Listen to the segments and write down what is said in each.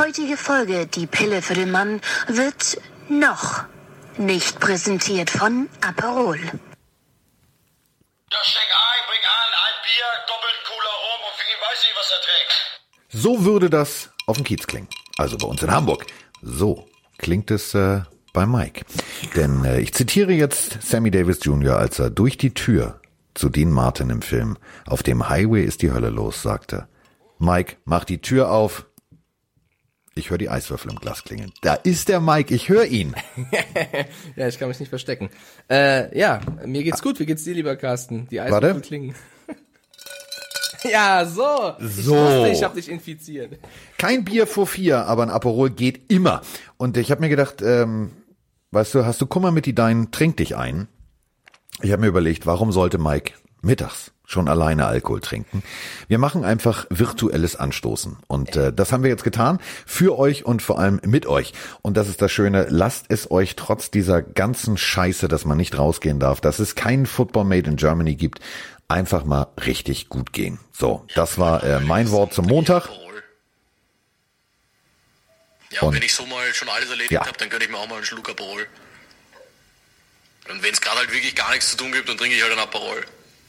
heutige Folge Die Pille für den Mann wird noch nicht präsentiert von Aperol. Ja, steck ein, bring ein Bier, doppelten Cooler rum und für ihn weiß ich, was er trinkt. So würde das auf dem Kiez klingen. Also bei uns in Hamburg. So klingt es bei Mike. Denn ich zitiere jetzt Sammy Davis Jr., als er durch die Tür zu Dean Martin im Film Auf dem Highway ist die Hölle los sagte: Mike, mach die Tür auf. Ich höre die Eiswürfel im Glas klingeln. Da ist der Mike, ich höre ihn. Ja, ich kann mich nicht verstecken. Ja, mir geht's gut. Wie geht's dir, lieber Carsten? Die Eiswürfel klingen. Ja, so. Ich wusste, ich hab dich infiziert. Kein Bier vor 4, aber ein Aperol geht immer. Und ich habe mir gedacht, weißt du, hast du Kummer mit die Deinen, trink dich ein. Ich habe mir überlegt, warum sollte Mike mittags schon alleine Alkohol trinken? Wir machen einfach virtuelles Anstoßen. Und das haben wir jetzt getan. Für euch und vor allem mit euch. Und das ist das Schöne. Lasst es euch trotz dieser ganzen Scheiße, dass man nicht rausgehen darf, dass es keinen Football Made in Germany gibt, einfach mal richtig gut gehen. So, das war mein Wort zum Montag. Ja, und wenn ich so mal schon alles erledigt habe, dann gönne ich mir auch mal einen Schluck Aperol. Und wenn es gerade halt wirklich gar nichts zu tun gibt, dann trinke ich halt einen Aperol.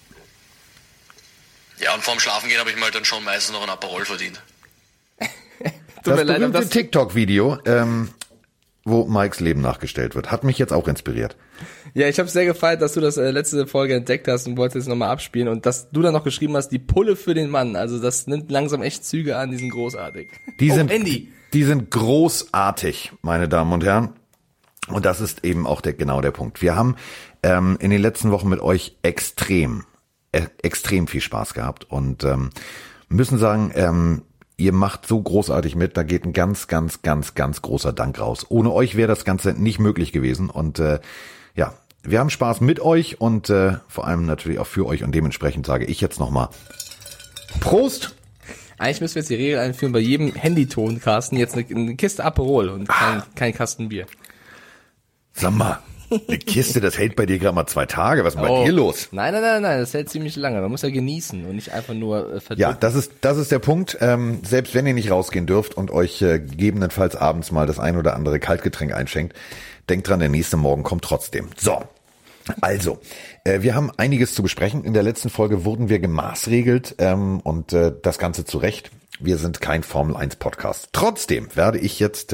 Ja, und vorm Schlafengehen habe ich mir halt dann schon meistens noch einen Aperol verdient. Das berühmte TikTok-Video, wo Mikes Leben nachgestellt wird, hat mich jetzt auch inspiriert. Ja, ich habe sehr gefeiert, dass du das letzte Folge entdeckt hast und wolltest es nochmal abspielen und dass du dann noch geschrieben hast, die Pulle für den Mann. Also das nimmt langsam echt Züge an, die sind großartig. Die sind großartig, meine Damen und Herren. Und das ist eben auch genau der Punkt. Wir haben in den letzten Wochen mit euch extrem viel Spaß gehabt und müssen sagen, ihr macht so großartig mit, da geht ein ganz, ganz, ganz, ganz großer Dank raus. Ohne euch wäre das Ganze nicht möglich gewesen und ja, wir haben Spaß mit euch und vor allem natürlich auch für euch und dementsprechend sage ich jetzt nochmal Prost! Eigentlich müssen wir jetzt die Regel einführen, bei jedem Handyton, Carsten, jetzt eine Kiste Aperol und kein Kasten Bier. Sag mal, eine Kiste, das hält bei dir gerade mal 2 Tage. Was ist bei dir los? Nein, das hält ziemlich lange. Man muss ja genießen und nicht einfach nur verdrücken. Ja, das ist der Punkt. Selbst wenn ihr nicht rausgehen dürft und euch gegebenenfalls abends mal das ein oder andere Kaltgetränk einschenkt, denkt dran, der nächste Morgen kommt trotzdem. So, also, wir haben einiges zu besprechen. In der letzten Folge wurden wir gemaßregelt und das Ganze zu Recht. Wir sind kein Formel-1-Podcast. Trotzdem werde ich jetzt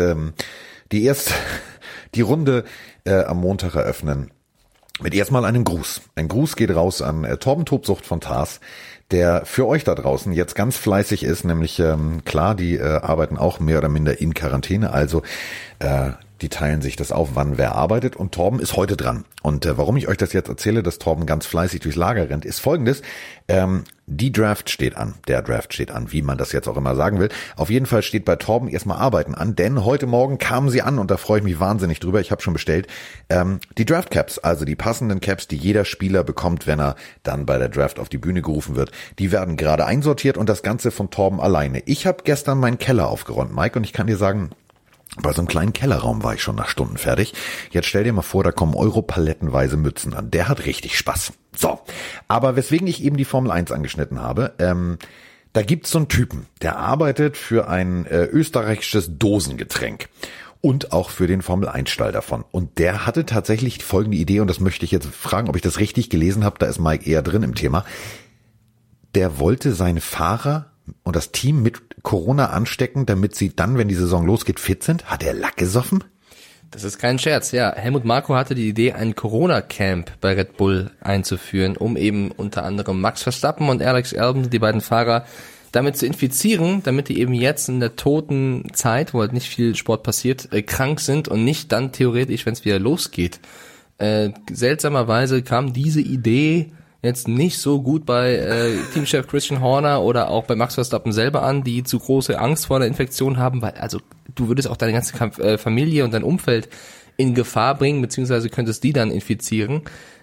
die Runde am Montag eröffnen mit erstmal einem Gruß. Ein Gruß geht raus an Torben Tobsucht von Tars, der für euch da draußen jetzt ganz fleißig ist, nämlich klar, die arbeiten auch mehr oder minder in Quarantäne, also die teilen sich das auf, wann wer arbeitet und Torben ist heute dran. Und warum ich euch das jetzt erzähle, dass Torben ganz fleißig durchs Lager rennt, ist folgendes. Der Draft steht an, wie man das jetzt auch immer sagen will. Auf jeden Fall steht bei Torben erstmal Arbeiten an, denn heute Morgen kamen sie an und da freue ich mich wahnsinnig drüber. Ich habe schon bestellt. Die Draft Caps, also die passenden Caps, die jeder Spieler bekommt, wenn er dann bei der Draft auf die Bühne gerufen wird, die werden gerade einsortiert und das Ganze von Torben alleine. Ich habe gestern meinen Keller aufgeräumt, Mike, und ich kann dir sagen, bei so einem kleinen Kellerraum war ich schon nach Stunden fertig. Jetzt stell dir mal vor, da kommen palettenweise Mützen an. Der hat richtig Spaß. So, aber weswegen ich eben die Formel 1 angeschnitten habe, da gibt's so einen Typen, der arbeitet für ein österreichisches Dosengetränk und auch für den Formel 1 Stall davon. Und der hatte tatsächlich folgende Idee und das möchte ich jetzt fragen, ob ich das richtig gelesen habe. Da ist Mike eher drin im Thema. Der wollte seine Fahrer und das Team mit Corona anstecken, damit sie dann, wenn die Saison losgeht, fit sind? Hat er Lack gesoffen? Das ist kein Scherz, ja. Helmut Marko hatte die Idee, ein Corona-Camp bei Red Bull einzuführen, um eben unter anderem Max Verstappen und Alex Albon, die beiden Fahrer, damit zu infizieren, damit die eben jetzt in der toten Zeit, wo halt nicht viel Sport passiert, krank sind und nicht dann theoretisch, wenn es wieder losgeht. Seltsamerweise kam diese Idee jetzt nicht so gut bei Teamchef Christian Horner oder auch bei Max Verstappen selber an, die zu große Angst vor der Infektion haben, weil also du würdest auch deine ganze Familie und dein Umfeld in Gefahr bringen, beziehungsweise könntest die dann infizieren.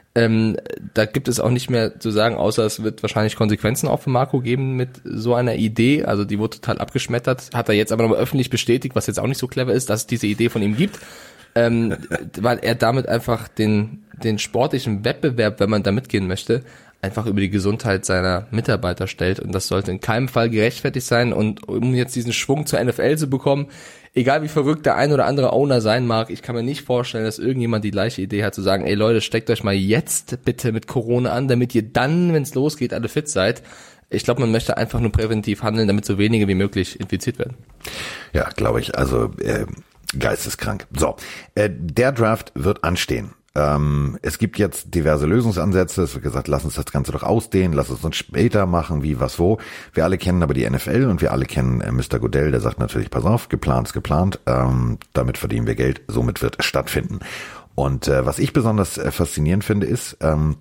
Da gibt es auch nicht mehr zu sagen, außer es wird wahrscheinlich Konsequenzen auch für Marco geben mit so einer Idee. Also die wurde total abgeschmettert, hat er jetzt aber nochmal öffentlich bestätigt, was jetzt auch nicht so clever ist, dass es diese Idee von ihm gibt. Weil er damit einfach den sportlichen Wettbewerb, wenn man da mitgehen möchte, einfach über die Gesundheit seiner Mitarbeiter stellt und das sollte in keinem Fall gerechtfertigt sein und um jetzt diesen Schwung zur NFL zu bekommen, egal wie verrückt der ein oder andere Owner sein mag, ich kann mir nicht vorstellen, dass irgendjemand die gleiche Idee hat zu sagen, ey Leute, steckt euch mal jetzt bitte mit Corona an, damit ihr dann, wenn es losgeht, alle fit seid. Ich glaube, man möchte einfach nur präventiv handeln, damit so wenige wie möglich infiziert werden. Ja, glaube ich, also geisteskrank. So, der Draft wird anstehen. Es gibt jetzt diverse Lösungsansätze. Es wird gesagt, lass uns das Ganze doch ausdehnen, lass es uns später machen, wie, was, wo. Wir alle kennen aber die NFL und wir alle kennen Mr. Goodell, der sagt natürlich, pass auf, geplant ist geplant, damit verdienen wir Geld, somit wird es stattfinden. Und was ich besonders faszinierend finde, ist,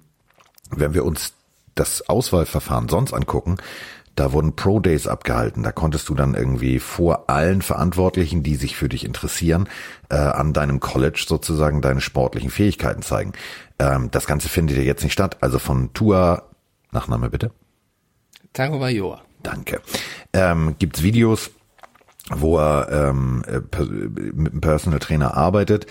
wenn wir uns das Auswahlverfahren sonst angucken, da wurden Pro-Days abgehalten. Da konntest du dann irgendwie vor allen Verantwortlichen, die sich für dich interessieren, an deinem College sozusagen deine sportlichen Fähigkeiten zeigen. Das Ganze findet ja jetzt nicht statt. Also von Tua, Nachname bitte? Tagovailoa. Danke. Gibt's Videos, wo er mit einem Personal Trainer arbeitet.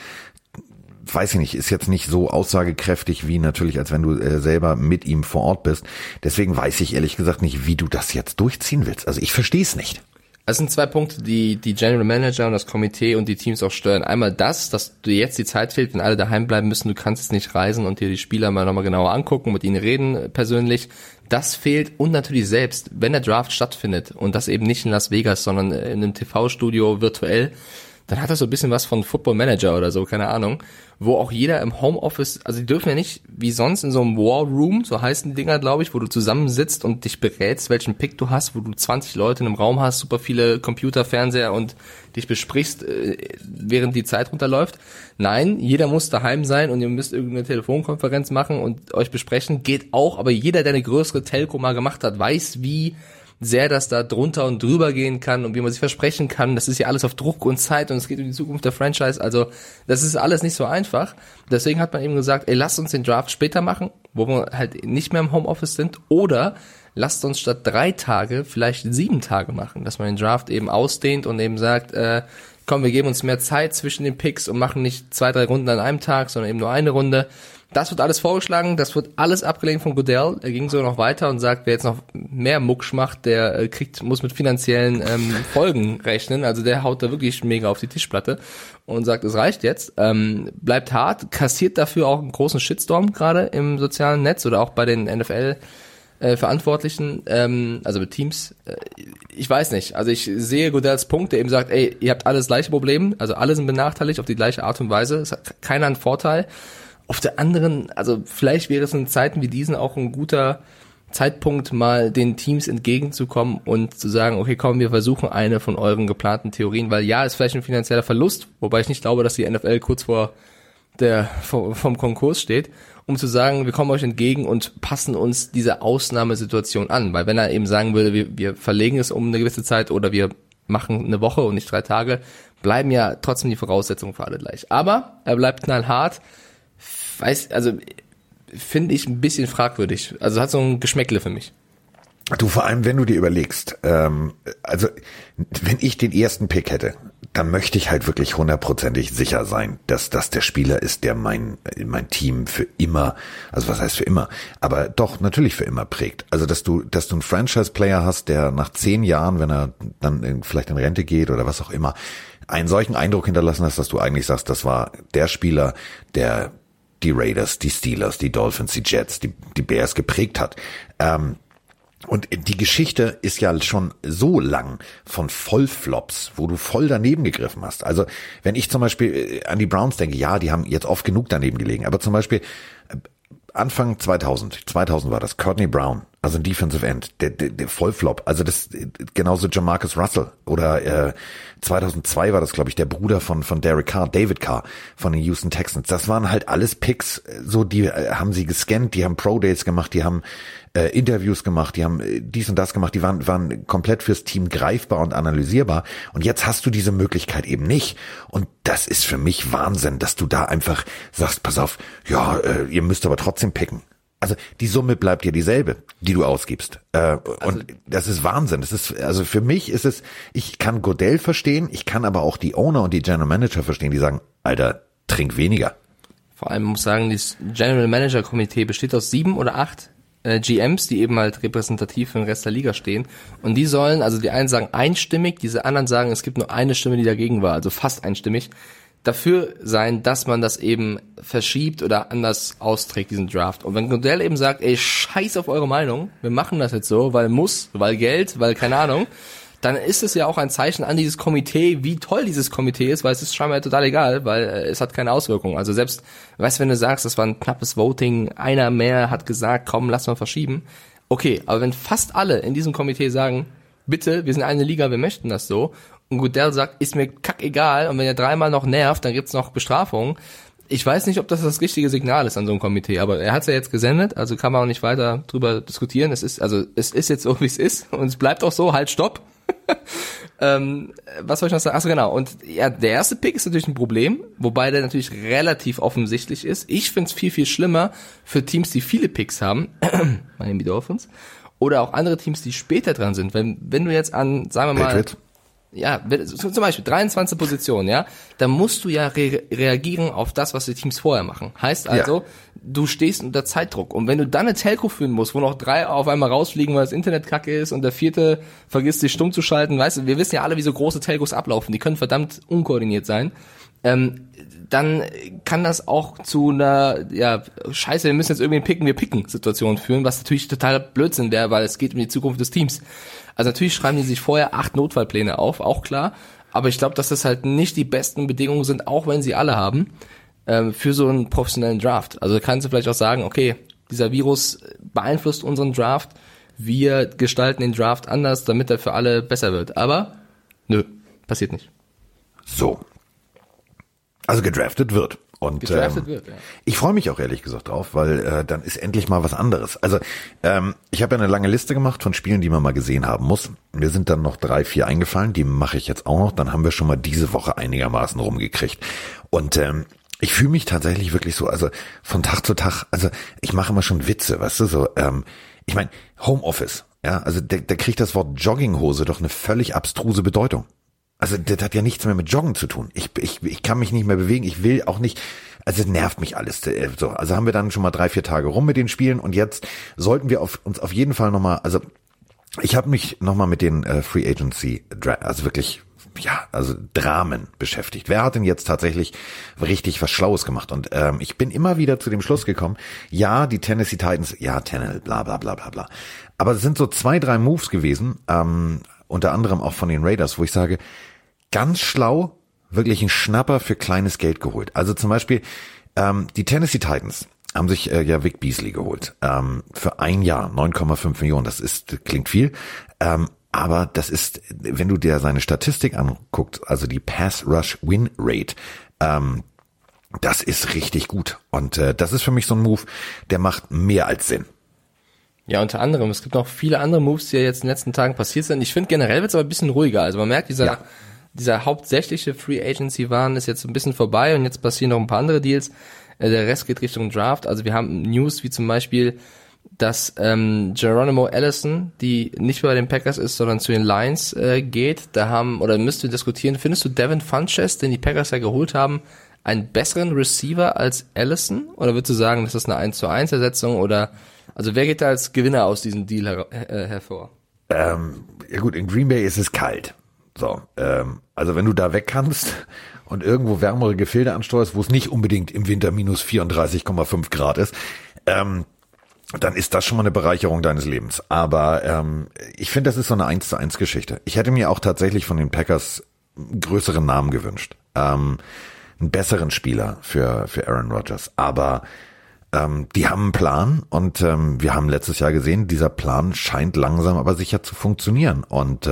Weiß ich nicht, ist jetzt nicht so aussagekräftig wie natürlich, als wenn du selber mit ihm vor Ort bist. Deswegen weiß ich ehrlich gesagt nicht, wie du das jetzt durchziehen willst. Also ich verstehe es nicht. Es sind zwei Punkte, die General Manager und das Komitee und die Teams auch steuern. Einmal das, dass dir jetzt die Zeit fehlt, wenn alle daheim bleiben müssen, du kannst jetzt nicht reisen und dir die Spieler mal nochmal genauer angucken, mit ihnen reden persönlich. Das fehlt und natürlich selbst, wenn der Draft stattfindet und das eben nicht in Las Vegas, sondern in einem TV-Studio virtuell, dann hat das so ein bisschen was von Football Manager oder so, keine Ahnung, wo auch jeder im Homeoffice, also die dürfen ja nicht wie sonst in so einem War Room, so heißen die Dinger, glaube ich, wo du zusammensitzt und dich berätst, welchen Pick du hast, wo du 20 Leute in einem Raum hast, super viele Computer, Fernseher und dich besprichst, während die Zeit runterläuft. Nein, jeder muss daheim sein und ihr müsst irgendeine Telefonkonferenz machen und euch besprechen, geht auch, aber jeder, der eine größere Telco mal gemacht hat, weiß, wie sehr das da drunter und drüber gehen kann und wie man sich versprechen kann. Das ist ja alles auf Druck und Zeit und es geht um die Zukunft der Franchise. Also das ist alles nicht so einfach. Deswegen hat man eben gesagt, ey, lasst uns den Draft später machen, wo wir halt nicht mehr im Homeoffice sind, oder lasst uns statt 3 Tage vielleicht 7 Tage machen, dass man den Draft eben ausdehnt und eben sagt, komm, wir geben uns mehr Zeit zwischen den Picks und machen nicht 2, 3 Runden an einem Tag, sondern eben nur eine Runde. Das wird alles vorgeschlagen, das wird alles abgelehnt von Goodell. Er ging so noch weiter und sagt, wer jetzt noch mehr Mucksch macht, der muss mit finanziellen Folgen rechnen. Also der haut da wirklich mega auf die Tischplatte und sagt, es reicht jetzt. Bleibt hart, kassiert dafür auch einen großen Shitstorm gerade im sozialen Netz oder auch bei den NFL Verantwortlichen, also mit Teams. Ich weiß nicht, also ich sehe Goodells Punkt, der eben sagt, ey, ihr habt alle das gleiche Problem, also alle sind benachteiligt auf die gleiche Art und Weise, es hat keiner einen Vorteil. Auf der anderen, also vielleicht wäre es in Zeiten wie diesen auch ein guter Zeitpunkt, mal den Teams entgegenzukommen und zu sagen, okay, komm, wir versuchen eine von euren geplanten Theorien, weil ja, ist vielleicht ein finanzieller Verlust, wobei ich nicht glaube, dass die NFL kurz vom Konkurs steht, um zu sagen, wir kommen euch entgegen und passen uns dieser Ausnahmesituation an, weil wenn er eben sagen würde, wir verlegen es um eine gewisse Zeit oder wir machen eine Woche und nicht 3 Tage, bleiben ja trotzdem die Voraussetzungen für alle gleich. Aber er bleibt knallhart, finde ich ein bisschen fragwürdig. Also hat so ein Geschmäckle für mich. Du, vor allem, wenn du dir überlegst, also wenn ich den ersten Pick hätte, dann möchte ich halt wirklich 100%ig sicher sein, dass das der Spieler ist, der mein Team für immer, also was heißt für immer, aber doch natürlich für immer prägt. Also dass du einen Franchise-Player hast, der nach 10 Jahren, wenn er dann vielleicht in Rente geht oder was auch immer, einen solchen Eindruck hinterlassen hast, dass du eigentlich sagst, das war der Spieler, der die Raiders, die Steelers, die Dolphins, die Jets, die Bears geprägt hat. Und die Geschichte ist ja schon so lang von Vollflops, wo du voll daneben gegriffen hast. Also wenn ich zum Beispiel an die Browns denke, ja, die haben jetzt oft genug daneben gelegen, aber zum Beispiel Anfang 2000 war das, Courtney Brown, also ein Defensive End, der Vollflop, also das genauso Jamarcus Russell oder 2002 war das, glaube ich, der Bruder von Derek Carr, David Carr von den Houston Texans. Das waren halt alles Picks, so die haben sie gescannt, die haben Pro-Days gemacht, die haben Interviews gemacht, die haben dies und das gemacht, die waren komplett fürs Team greifbar und analysierbar und jetzt hast du diese Möglichkeit eben nicht und das ist für mich Wahnsinn, dass du da einfach sagst, pass auf, ja, ihr müsst aber trotzdem picken. Also die Summe bleibt ja dieselbe, die du ausgibst. Und das ist Wahnsinn. Das ist, also für mich ist es, ich kann Goodell verstehen, ich kann aber auch die Owner und die General Manager verstehen, die sagen, Alter, trink weniger. Vor allem muss ich sagen, das General Manager Komitee besteht aus 7 oder 8 GMs, die eben halt repräsentativ für den Rest der Liga stehen. Und die sollen, also die einen sagen einstimmig, diese anderen sagen, es gibt nur eine Stimme, die dagegen war, also fast einstimmig, dafür sein, dass man das eben verschiebt oder anders austrägt, diesen Draft. Und wenn Goodell eben sagt, ey, scheiß auf eure Meinung, wir machen das jetzt so, weil muss, weil Geld, weil keine Ahnung, dann ist es ja auch ein Zeichen an dieses Komitee, wie toll dieses Komitee ist, weil es ist scheinbar total egal, weil es hat keine Auswirkungen. Also selbst, weißt du, wenn du sagst, das war ein knappes Voting, einer mehr hat gesagt, komm, lass mal verschieben. Okay, aber wenn fast alle in diesem Komitee sagen, bitte, wir sind eine Liga, wir möchten das so, und Goodell sagt, ist mir kackegal, und wenn er dreimal noch nervt, dann gibt's noch Bestrafungen. Ich weiß nicht, ob das richtige Signal ist an so einem Komitee, aber er hat's ja jetzt gesendet, also kann man auch nicht weiter drüber diskutieren. Es ist jetzt so, wie es ist, und es bleibt auch so, halt, stopp. Was soll ich noch sagen? Achso, genau. Und ja, der erste Pick ist natürlich ein Problem, wobei der natürlich relativ offensichtlich ist. Ich find's viel, viel schlimmer für Teams, die viele Picks haben, Miami Dolphins, oder auch andere Teams, die später dran sind. Wenn du jetzt an, sagen wir mal, Patriot. Ja, zum Beispiel 23. Position, ja, da musst du ja reagieren auf das, was die Teams vorher machen. Heißt also, du stehst unter Zeitdruck. Und wenn du dann eine Telco führen musst, wo noch 3 auf einmal rausfliegen, weil das Internet kacke ist und der 4. vergisst, sich stumm zu schalten, weißt du, wir wissen ja alle, wie so große Telcos ablaufen. Die können verdammt unkoordiniert sein. Dann kann das auch zu einer, ja, scheiße, wir müssen jetzt irgendwie wir picken Situation führen, was natürlich total Blödsinn wäre, weil es geht um die Zukunft des Teams. Also natürlich schreiben die sich vorher 8 Notfallpläne auf, auch klar, aber ich glaube, dass das halt nicht die besten Bedingungen sind, auch wenn sie alle haben, für so einen professionellen Draft. Also kannst du vielleicht auch sagen, okay, dieser Virus beeinflusst unseren Draft, wir gestalten den Draft anders, damit er für alle besser wird. Aber, nö, passiert nicht. So. Also gedraftet wird. Und gedraftet wird, ja. Ich freue mich auch ehrlich gesagt drauf, weil dann ist endlich mal was anderes. Also ich habe ja eine lange Liste gemacht von Spielen, die man mal gesehen haben muss. Mir sind dann noch 3, 4 eingefallen, die mache ich jetzt auch noch. Dann haben wir schon mal diese Woche einigermaßen rumgekriegt. Und ich fühle mich tatsächlich wirklich so, also von Tag zu Tag, also ich mache immer schon Witze, weißt du, so, ich meine, Homeoffice, ja, also da kriegt das Wort Jogginghose doch eine völlig abstruse Bedeutung. Also das hat ja nichts mehr mit Joggen zu tun. Ich kann mich nicht mehr bewegen, ich will auch nicht, also es nervt mich alles. So, also haben wir dann schon mal 3, 4 Tage rum mit den Spielen und jetzt sollten wir uns auf jeden Fall nochmal, also ich habe mich nochmal mit den Free Agency, also wirklich, ja, also Dramen beschäftigt. Wer hat denn jetzt tatsächlich richtig was Schlaues gemacht? Und ich bin immer wieder zu dem Schluss gekommen, ja, die Tennessee Titans, ja, Tannehill, bla bla bla bla bla. Aber es sind so 2, 3 Moves gewesen, unter anderem auch von den Raiders, wo ich sage, ganz schlau, wirklich ein Schnapper für kleines Geld geholt. Also zum Beispiel die Tennessee Titans haben sich ja Vic Beasley geholt für 1 Jahr, 9,5 Millionen. Das klingt viel, aber das ist, wenn du dir seine Statistik anguckst, also die Pass Rush Win Rate, das ist richtig gut. Und das ist für mich so ein Move, der macht mehr als Sinn. Ja, unter anderem. Es gibt noch viele andere Moves, die ja jetzt in den letzten Tagen passiert sind. Ich finde, generell wird es aber ein bisschen ruhiger. Also man merkt, dieser hauptsächliche Free Agency Wahn ist jetzt ein bisschen vorbei und jetzt passieren noch ein paar andere Deals. Der Rest geht Richtung Draft. Also wir haben News wie zum Beispiel, dass Geronimo Allison, die nicht mehr bei den Packers ist, sondern zu den Lions geht. Müsst ihr diskutieren, findest du Devin Funchess, den die Packers ja geholt haben, einen besseren Receiver als Allison? Oder würdest du sagen, das ist eine 1:1 Ersetzung? Oder also wer geht da als Gewinner aus diesem Deal hervor? Ja gut, in Green Bay ist es kalt. So, also wenn du da weg kannst und irgendwo wärmere Gefilde ansteuerst, wo es nicht unbedingt im Winter minus 34,5 Grad ist, dann ist das schon mal eine Bereicherung deines Lebens. Aber ich finde, das ist so eine 1:1 Geschichte. Ich hätte mir auch tatsächlich von den Packers größeren Namen gewünscht. Einen besseren Spieler für Aaron Rodgers. Aber die haben einen Plan und wir haben letztes Jahr gesehen, dieser Plan scheint langsam aber sicher zu funktionieren. Und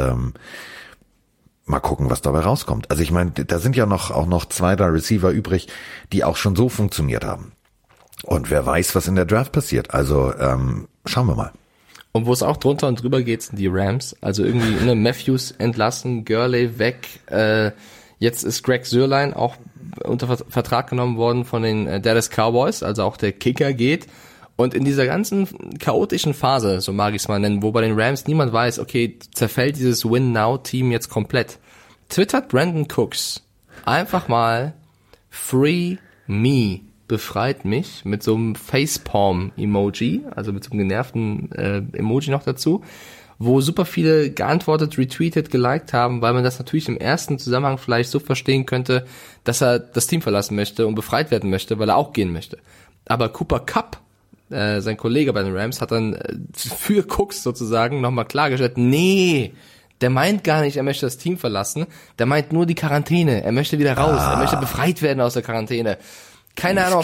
mal gucken, was dabei rauskommt. Also ich meine, da sind ja auch noch 2, 3 Receiver übrig, die auch schon so funktioniert haben. Und wer weiß, was in der Draft passiert. Also schauen wir mal. Und wo es auch drunter und drüber geht, sind die Rams. Also irgendwie Matthews entlassen, Gurley weg. Jetzt ist Greg Zuerlein auch unter Vertrag genommen worden von den Dallas Cowboys. Also auch der Kicker geht. Und in dieser ganzen chaotischen Phase, so mag ich es mal nennen, wo bei den Rams niemand weiß, okay, zerfällt dieses Win-Now-Team jetzt komplett, twittert Brandon Cooks einfach mal Free Me befreit mich mit so einem Facepalm-Emoji, also mit so einem genervten Emoji noch dazu, wo super viele geantwortet, retweetet, geliked haben, weil man das natürlich im ersten Zusammenhang vielleicht so verstehen könnte, dass er das Team verlassen möchte und befreit werden möchte, weil er auch gehen möchte. Aber Cooper Kupp, sein Kollege bei den Rams, hat dann für Cooks sozusagen nochmal klargestellt, nee, der meint gar nicht, er möchte das Team verlassen, der meint nur die Quarantäne, er möchte wieder raus, er möchte befreit werden aus der Quarantäne. Keine Ahnung,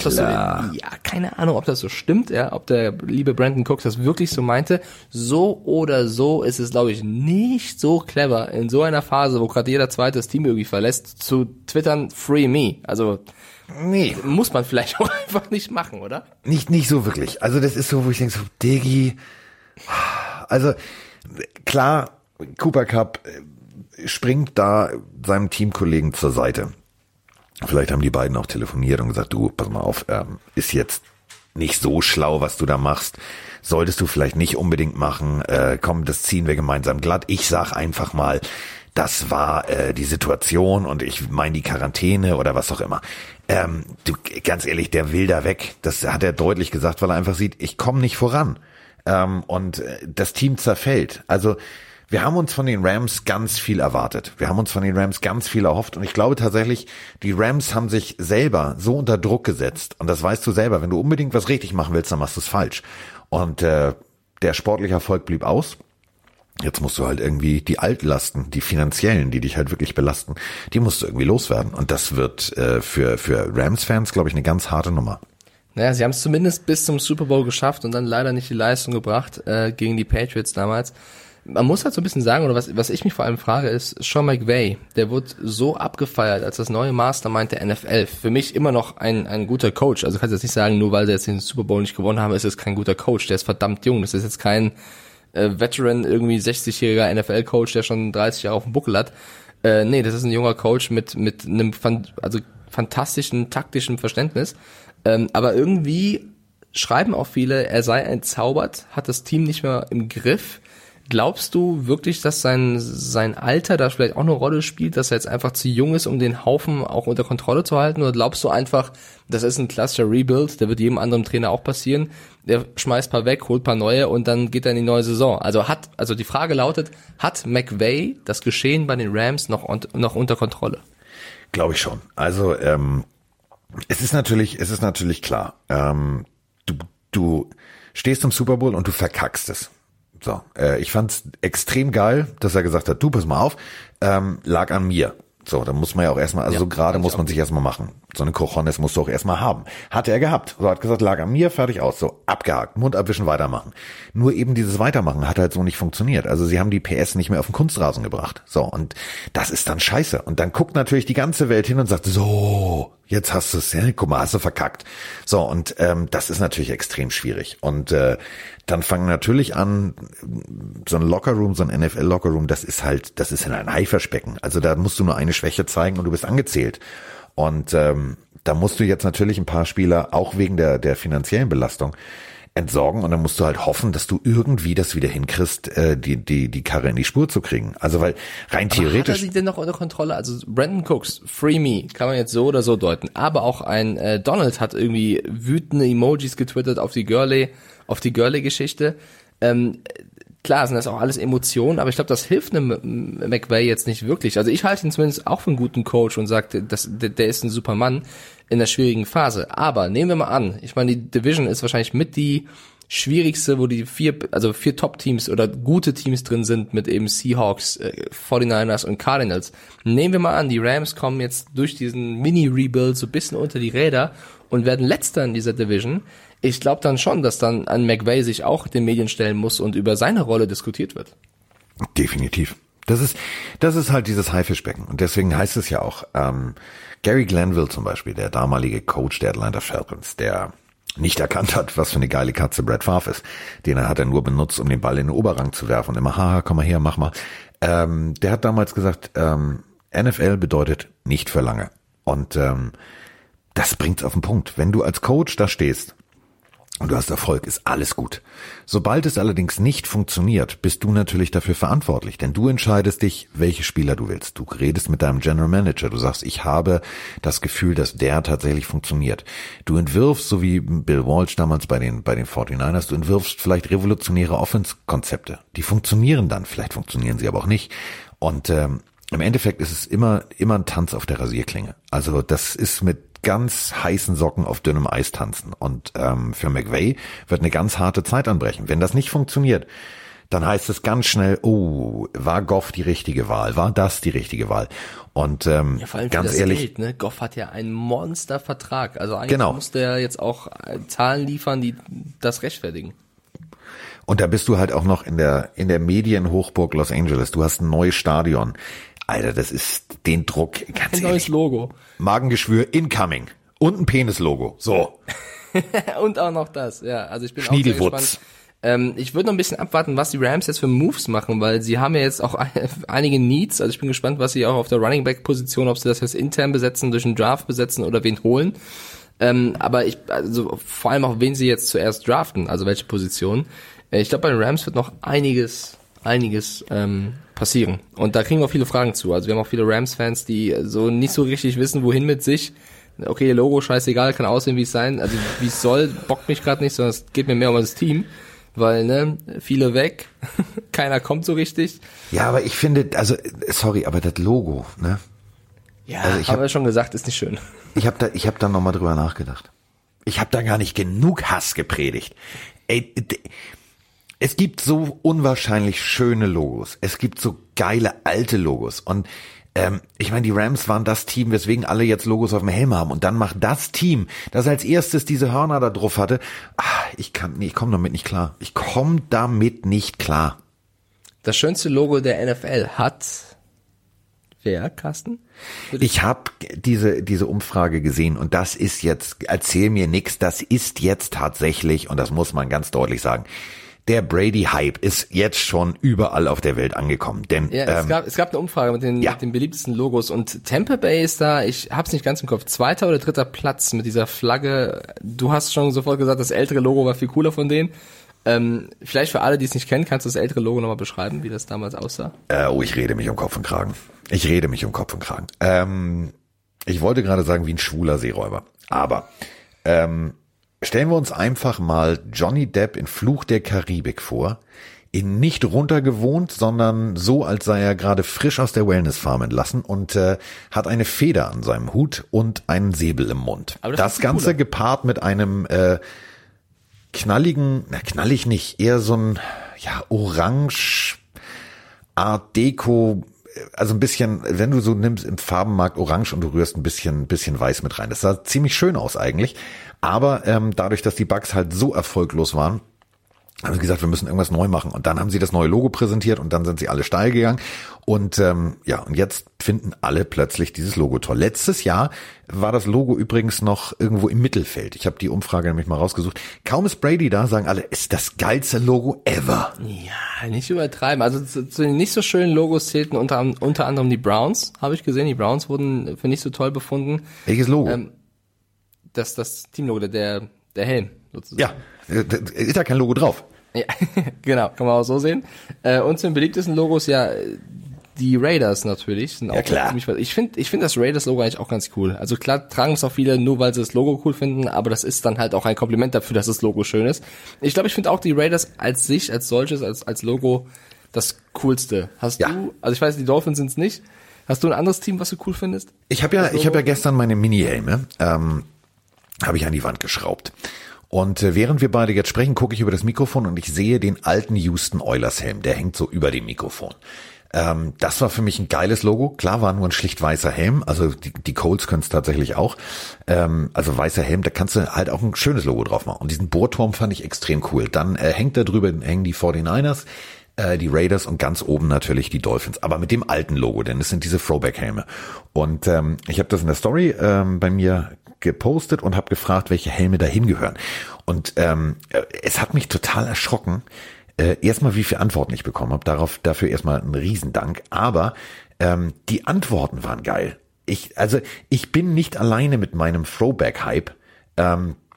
ob das so stimmt, ja, ob der liebe Brandon Cooks das wirklich so meinte. So oder so ist es, glaube ich, nicht so clever, in so einer Phase, wo gerade jeder Zweite das Team irgendwie verlässt, zu twittern, free me. Also, nee, muss man vielleicht auch einfach nicht machen, oder? Nicht so wirklich. Also das ist so, wo ich denke, so, Diggi, also klar, Cooper Kupp springt da seinem Teamkollegen zur Seite. Vielleicht haben die beiden auch telefoniert und gesagt, du, pass mal auf, ist jetzt nicht so schlau, was du da machst. Solltest du vielleicht nicht unbedingt machen. Komm, das ziehen wir gemeinsam glatt. Ich sag einfach mal, das war die Situation und ich meine die Quarantäne oder was auch immer. Du, ganz ehrlich, der will da weg. Das hat er deutlich gesagt, weil er einfach sieht, ich komme nicht voran. Und das Team zerfällt. Also wir haben uns von den Rams ganz viel erwartet. Wir haben uns von den Rams ganz viel erhofft. Und ich glaube tatsächlich, die Rams haben sich selber so unter Druck gesetzt. Und das weißt du selber. Wenn du unbedingt was richtig machen willst, dann machst du es falsch. Und der sportliche Erfolg blieb aus. Jetzt musst du halt irgendwie die Altlasten, die finanziellen, die dich halt wirklich belasten, die musst du irgendwie loswerden. Und das wird für Rams-Fans, glaube ich, eine ganz harte Nummer. Naja, sie haben es zumindest bis zum Super Bowl geschafft und dann leider nicht die Leistung gebracht gegen die Patriots damals. Man muss halt so ein bisschen sagen, oder was ich mich vor allem frage, ist, Sean McVay, der wurde so abgefeiert als das neue Mastermind der NFL. Für mich immer noch ein guter Coach. Also kannst du jetzt nicht sagen, nur weil sie jetzt den Super Bowl nicht gewonnen haben, ist es kein guter Coach. Der ist verdammt jung. Das ist jetzt kein Veteran, irgendwie 60-jähriger NFL-Coach, der schon 30 Jahre auf dem Buckel hat. Nee, das ist ein junger Coach mit einem fantastischen taktischen Verständnis. Aber irgendwie schreiben auch viele, er sei entzaubert, hat das Team nicht mehr im Griff. Glaubst du wirklich, dass sein Alter da vielleicht auch eine Rolle spielt, dass er jetzt einfach zu jung ist, um den Haufen auch unter Kontrolle zu halten? Oder glaubst du einfach, das ist ein klassischer Rebuild, der wird jedem anderen Trainer auch passieren, der schmeißt ein paar weg, holt ein paar neue und dann geht er in die neue Saison? Also die Frage lautet, hat McVay das Geschehen bei den Rams noch unter Kontrolle? Glaube ich schon. Also es ist natürlich klar, du stehst im Super Bowl und du verkackst es. So, ich fand's extrem geil, dass er gesagt hat, du, pass mal auf, lag an mir. So, dann muss man ja auch erstmal, also ja, so gerade muss man sich erstmal machen. So eine Cojones musst du auch erstmal haben. Hatte er gehabt. So, hat gesagt, lag an mir, fertig aus. So, abgehakt, Mund abwischen, weitermachen. Nur eben dieses Weitermachen hat halt so nicht funktioniert. Also sie haben die PS nicht mehr auf den Kunstrasen gebracht. So, und das ist dann scheiße. Und dann guckt natürlich die ganze Welt hin und sagt, so, jetzt hast du es, ja, guck mal, hast du verkackt. So, und das ist natürlich extrem schwierig. Und dann fangen natürlich an, so ein Lockerroom, so ein NFL-Lockerroom, das ist in ein Haifischbecken. Also da musst du nur eine Schwäche zeigen und du bist angezählt. Und da musst du jetzt natürlich ein paar Spieler, auch wegen der finanziellen Belastung, entsorgen. Und dann musst du halt hoffen, dass du irgendwie das wieder hinkriegst, die Karre in die Spur zu kriegen. Also weil rein theoretisch... Hat er sie denn noch unter Kontrolle? Also Brandon Cooks, Free Me, kann man jetzt so oder so deuten. Aber auch ein Donald hat irgendwie wütende Emojis getwittert auf die Gurley-Geschichte. Klar sind das auch alles Emotionen, aber ich glaube, das hilft einem McVay jetzt nicht wirklich. Also ich halte ihn zumindest auch für einen guten Coach und sage, der ist ein super Mann in der schwierigen Phase. Aber nehmen wir mal an, ich meine, die Division ist wahrscheinlich mit die schwierigste, wo die vier Top-Teams oder gute Teams drin sind, mit eben Seahawks, 49ers und Cardinals. Nehmen wir mal an, die Rams kommen jetzt durch diesen Mini-Rebuild so ein bisschen unter die Räder und werden Letzter in dieser Division. Ich glaube dann schon, dass dann an McVay sich auch den Medien stellen muss und über seine Rolle diskutiert wird. Definitiv. Das ist halt dieses Haifischbecken. Und deswegen heißt es ja auch, Gary Glanville zum Beispiel, der damalige Coach der Atlanta Falcons, der nicht erkannt hat, was für eine geile Katze Brett Favre ist. Den hat er nur benutzt, um den Ball in den Oberrang zu werfen und immer, haha, komm mal her, mach mal. Der hat damals gesagt, NFL bedeutet nicht für lange. Und das bringt's auf den Punkt. Wenn du als Coach da stehst und du hast Erfolg, ist alles gut. Sobald es allerdings nicht funktioniert, bist du natürlich dafür verantwortlich, denn du entscheidest dich, welche Spieler du willst. Du redest mit deinem General Manager, du sagst, ich habe das Gefühl, dass der tatsächlich funktioniert. Du entwirfst, so wie Bill Walsh damals bei den 49ers, du entwirfst vielleicht revolutionäre Offense-Konzepte. Die funktionieren dann, vielleicht funktionieren sie aber auch nicht. Und im Endeffekt ist es immer ein Tanz auf der Rasierklinge. Also das ist mit ganz heißen Socken auf dünnem Eis tanzen. Und für McVay wird eine ganz harte Zeit anbrechen. Wenn das nicht funktioniert, dann heißt es ganz schnell, oh, war Goff die richtige Wahl? War das die richtige Wahl? Und ja, vor allem ganz für das ehrlich, Geld, ne? Goff hat ja einen Monstervertrag. Also eigentlich muss der jetzt auch Zahlen liefern, die das rechtfertigen. Und da bist du halt auch noch in der Medienhochburg Los Angeles. Du hast ein neues Stadion. Alter, das ist den Druck, ganz ehrlich. Ein neues Logo. Magengeschwür incoming. Und ein Penislogo. So. Und auch noch das, ja. Also ich bin auch sehr Schniedelwutz. gespannt. Ich würde noch ein bisschen abwarten, was die Rams jetzt für Moves machen, weil sie haben ja jetzt auch einige Needs. Also ich bin gespannt, was sie auch auf der Running Back Position, ob sie das jetzt intern besetzen, durch einen Draft besetzen oder wen holen. Aber also vor allem auch, wen sie jetzt zuerst draften, also welche Position. Ich glaube, bei den Rams wird noch einiges passieren. Und da kriegen wir auch viele Fragen zu. Also wir haben auch viele Rams-Fans, die so nicht so richtig wissen, wohin mit sich. Okay, Logo, scheißegal, kann aussehen, wie es sein. Also wie es soll, bockt mich gerade nicht, sondern es geht mir mehr um das Team. Weil, ne, viele weg, keiner kommt so richtig. Ja, aber ich finde, also, sorry, aber das Logo, ne? Ja, also haben wir schon gesagt, ist nicht schön. Ich hab da nochmal drüber nachgedacht. Ich habe da gar nicht genug Hass gepredigt. Ey, es gibt so unwahrscheinlich schöne Logos. Es gibt so geile alte Logos. Und ich meine, die Rams waren das Team, weswegen alle jetzt Logos auf dem Helm haben. Und dann macht das Team, das als erstes diese Hörner da drauf hatte, ich komme damit nicht klar. Ich komme damit nicht klar. Das schönste Logo der NFL hat wer, Carsten? Ich habe diese Umfrage gesehen und das ist jetzt, erzähl mir nix, das ist jetzt tatsächlich, und das muss man ganz deutlich sagen, der Brady-Hype ist jetzt schon überall auf der Welt angekommen. Denn ja, es gab eine Umfrage mit den beliebtesten Logos und Tampa Bay ist da, ich hab's nicht ganz im Kopf, 2. oder 3. Platz mit dieser Flagge. Du hast schon sofort gesagt, das ältere Logo war viel cooler von denen. Vielleicht für alle, die es nicht kennen, kannst du das ältere Logo nochmal beschreiben, wie das damals aussah? Ich rede mich um Kopf und Kragen. Ich wollte gerade sagen, wie ein schwuler Seeräuber. Aber stellen wir uns einfach mal Johnny Depp in Fluch der Karibik vor, in nicht runtergewohnt, sondern so, als sei er gerade frisch aus der Wellnessfarm entlassen und hat eine Feder an seinem Hut und einen Säbel im Mund. Aber das Ganze cooler. Gepaart mit einem knallig nicht, eher so ein orange Art Deko, also ein bisschen, wenn du so nimmst im Farbenmarkt orange und du rührst ein bisschen weiß mit rein. Das sah ziemlich schön aus eigentlich. Aber dadurch, dass die Bucks halt so erfolglos waren, haben sie gesagt, wir müssen irgendwas neu machen. Und dann haben sie das neue Logo präsentiert und dann sind sie alle steil gegangen. Und und jetzt finden alle plötzlich dieses Logo toll. Letztes Jahr war das Logo übrigens noch irgendwo im Mittelfeld. Ich habe die Umfrage nämlich mal rausgesucht. Kaum ist Brady da, sagen alle, ist das geilste Logo ever. Ja, nicht übertreiben. Also zu den nicht so schönen Logos zählten unter anderem die Browns, habe ich gesehen. Die Browns wurden für nicht so toll befunden. Welches Logo? Das Teamlogo, der Helm sozusagen. Ja, ist da kein Logo drauf. Ja, genau, kann man auch so sehen. Und zu den beliebtesten Logos, die Raiders natürlich. Sind auch klar. Ich finde das Raiders-Logo eigentlich auch ganz cool. Also klar tragen es auch viele nur, weil sie das Logo cool finden, aber das ist dann halt auch ein Kompliment dafür, dass das Logo schön ist. Ich glaube, ich finde auch die Raiders als solches, als Logo das Coolste. Hast du, also ich weiß, die Dolphins sind es nicht. Hast du ein anderes Team, was du cool findest? Ich habe ja gestern meine Mini-Helme, habe ich an die Wand geschraubt. Und während wir beide jetzt sprechen, gucke ich über das Mikrofon und ich sehe den alten Houston Oilers Helm. Der hängt so über dem Mikrofon. Das war für mich ein geiles Logo. Klar, war nur ein schlicht weißer Helm. Also die Colts können es tatsächlich auch. Also weißer Helm, da kannst du halt auch ein schönes Logo drauf machen. Und diesen Bohrturm fand ich extrem cool. Dann hängen die 49ers, die Raiders und ganz oben natürlich die Dolphins. Aber mit dem alten Logo, denn es sind diese Throwback-Helme. Und ich habe das in der Story bei mir gepostet und habe gefragt, welche Helme dahin gehören. Und es hat mich total erschrocken, erstmal wie viele Antworten ich bekommen habe. Dafür erstmal ein Riesendank. Aber die Antworten waren geil. Ich bin nicht alleine mit meinem Throwback-Hype.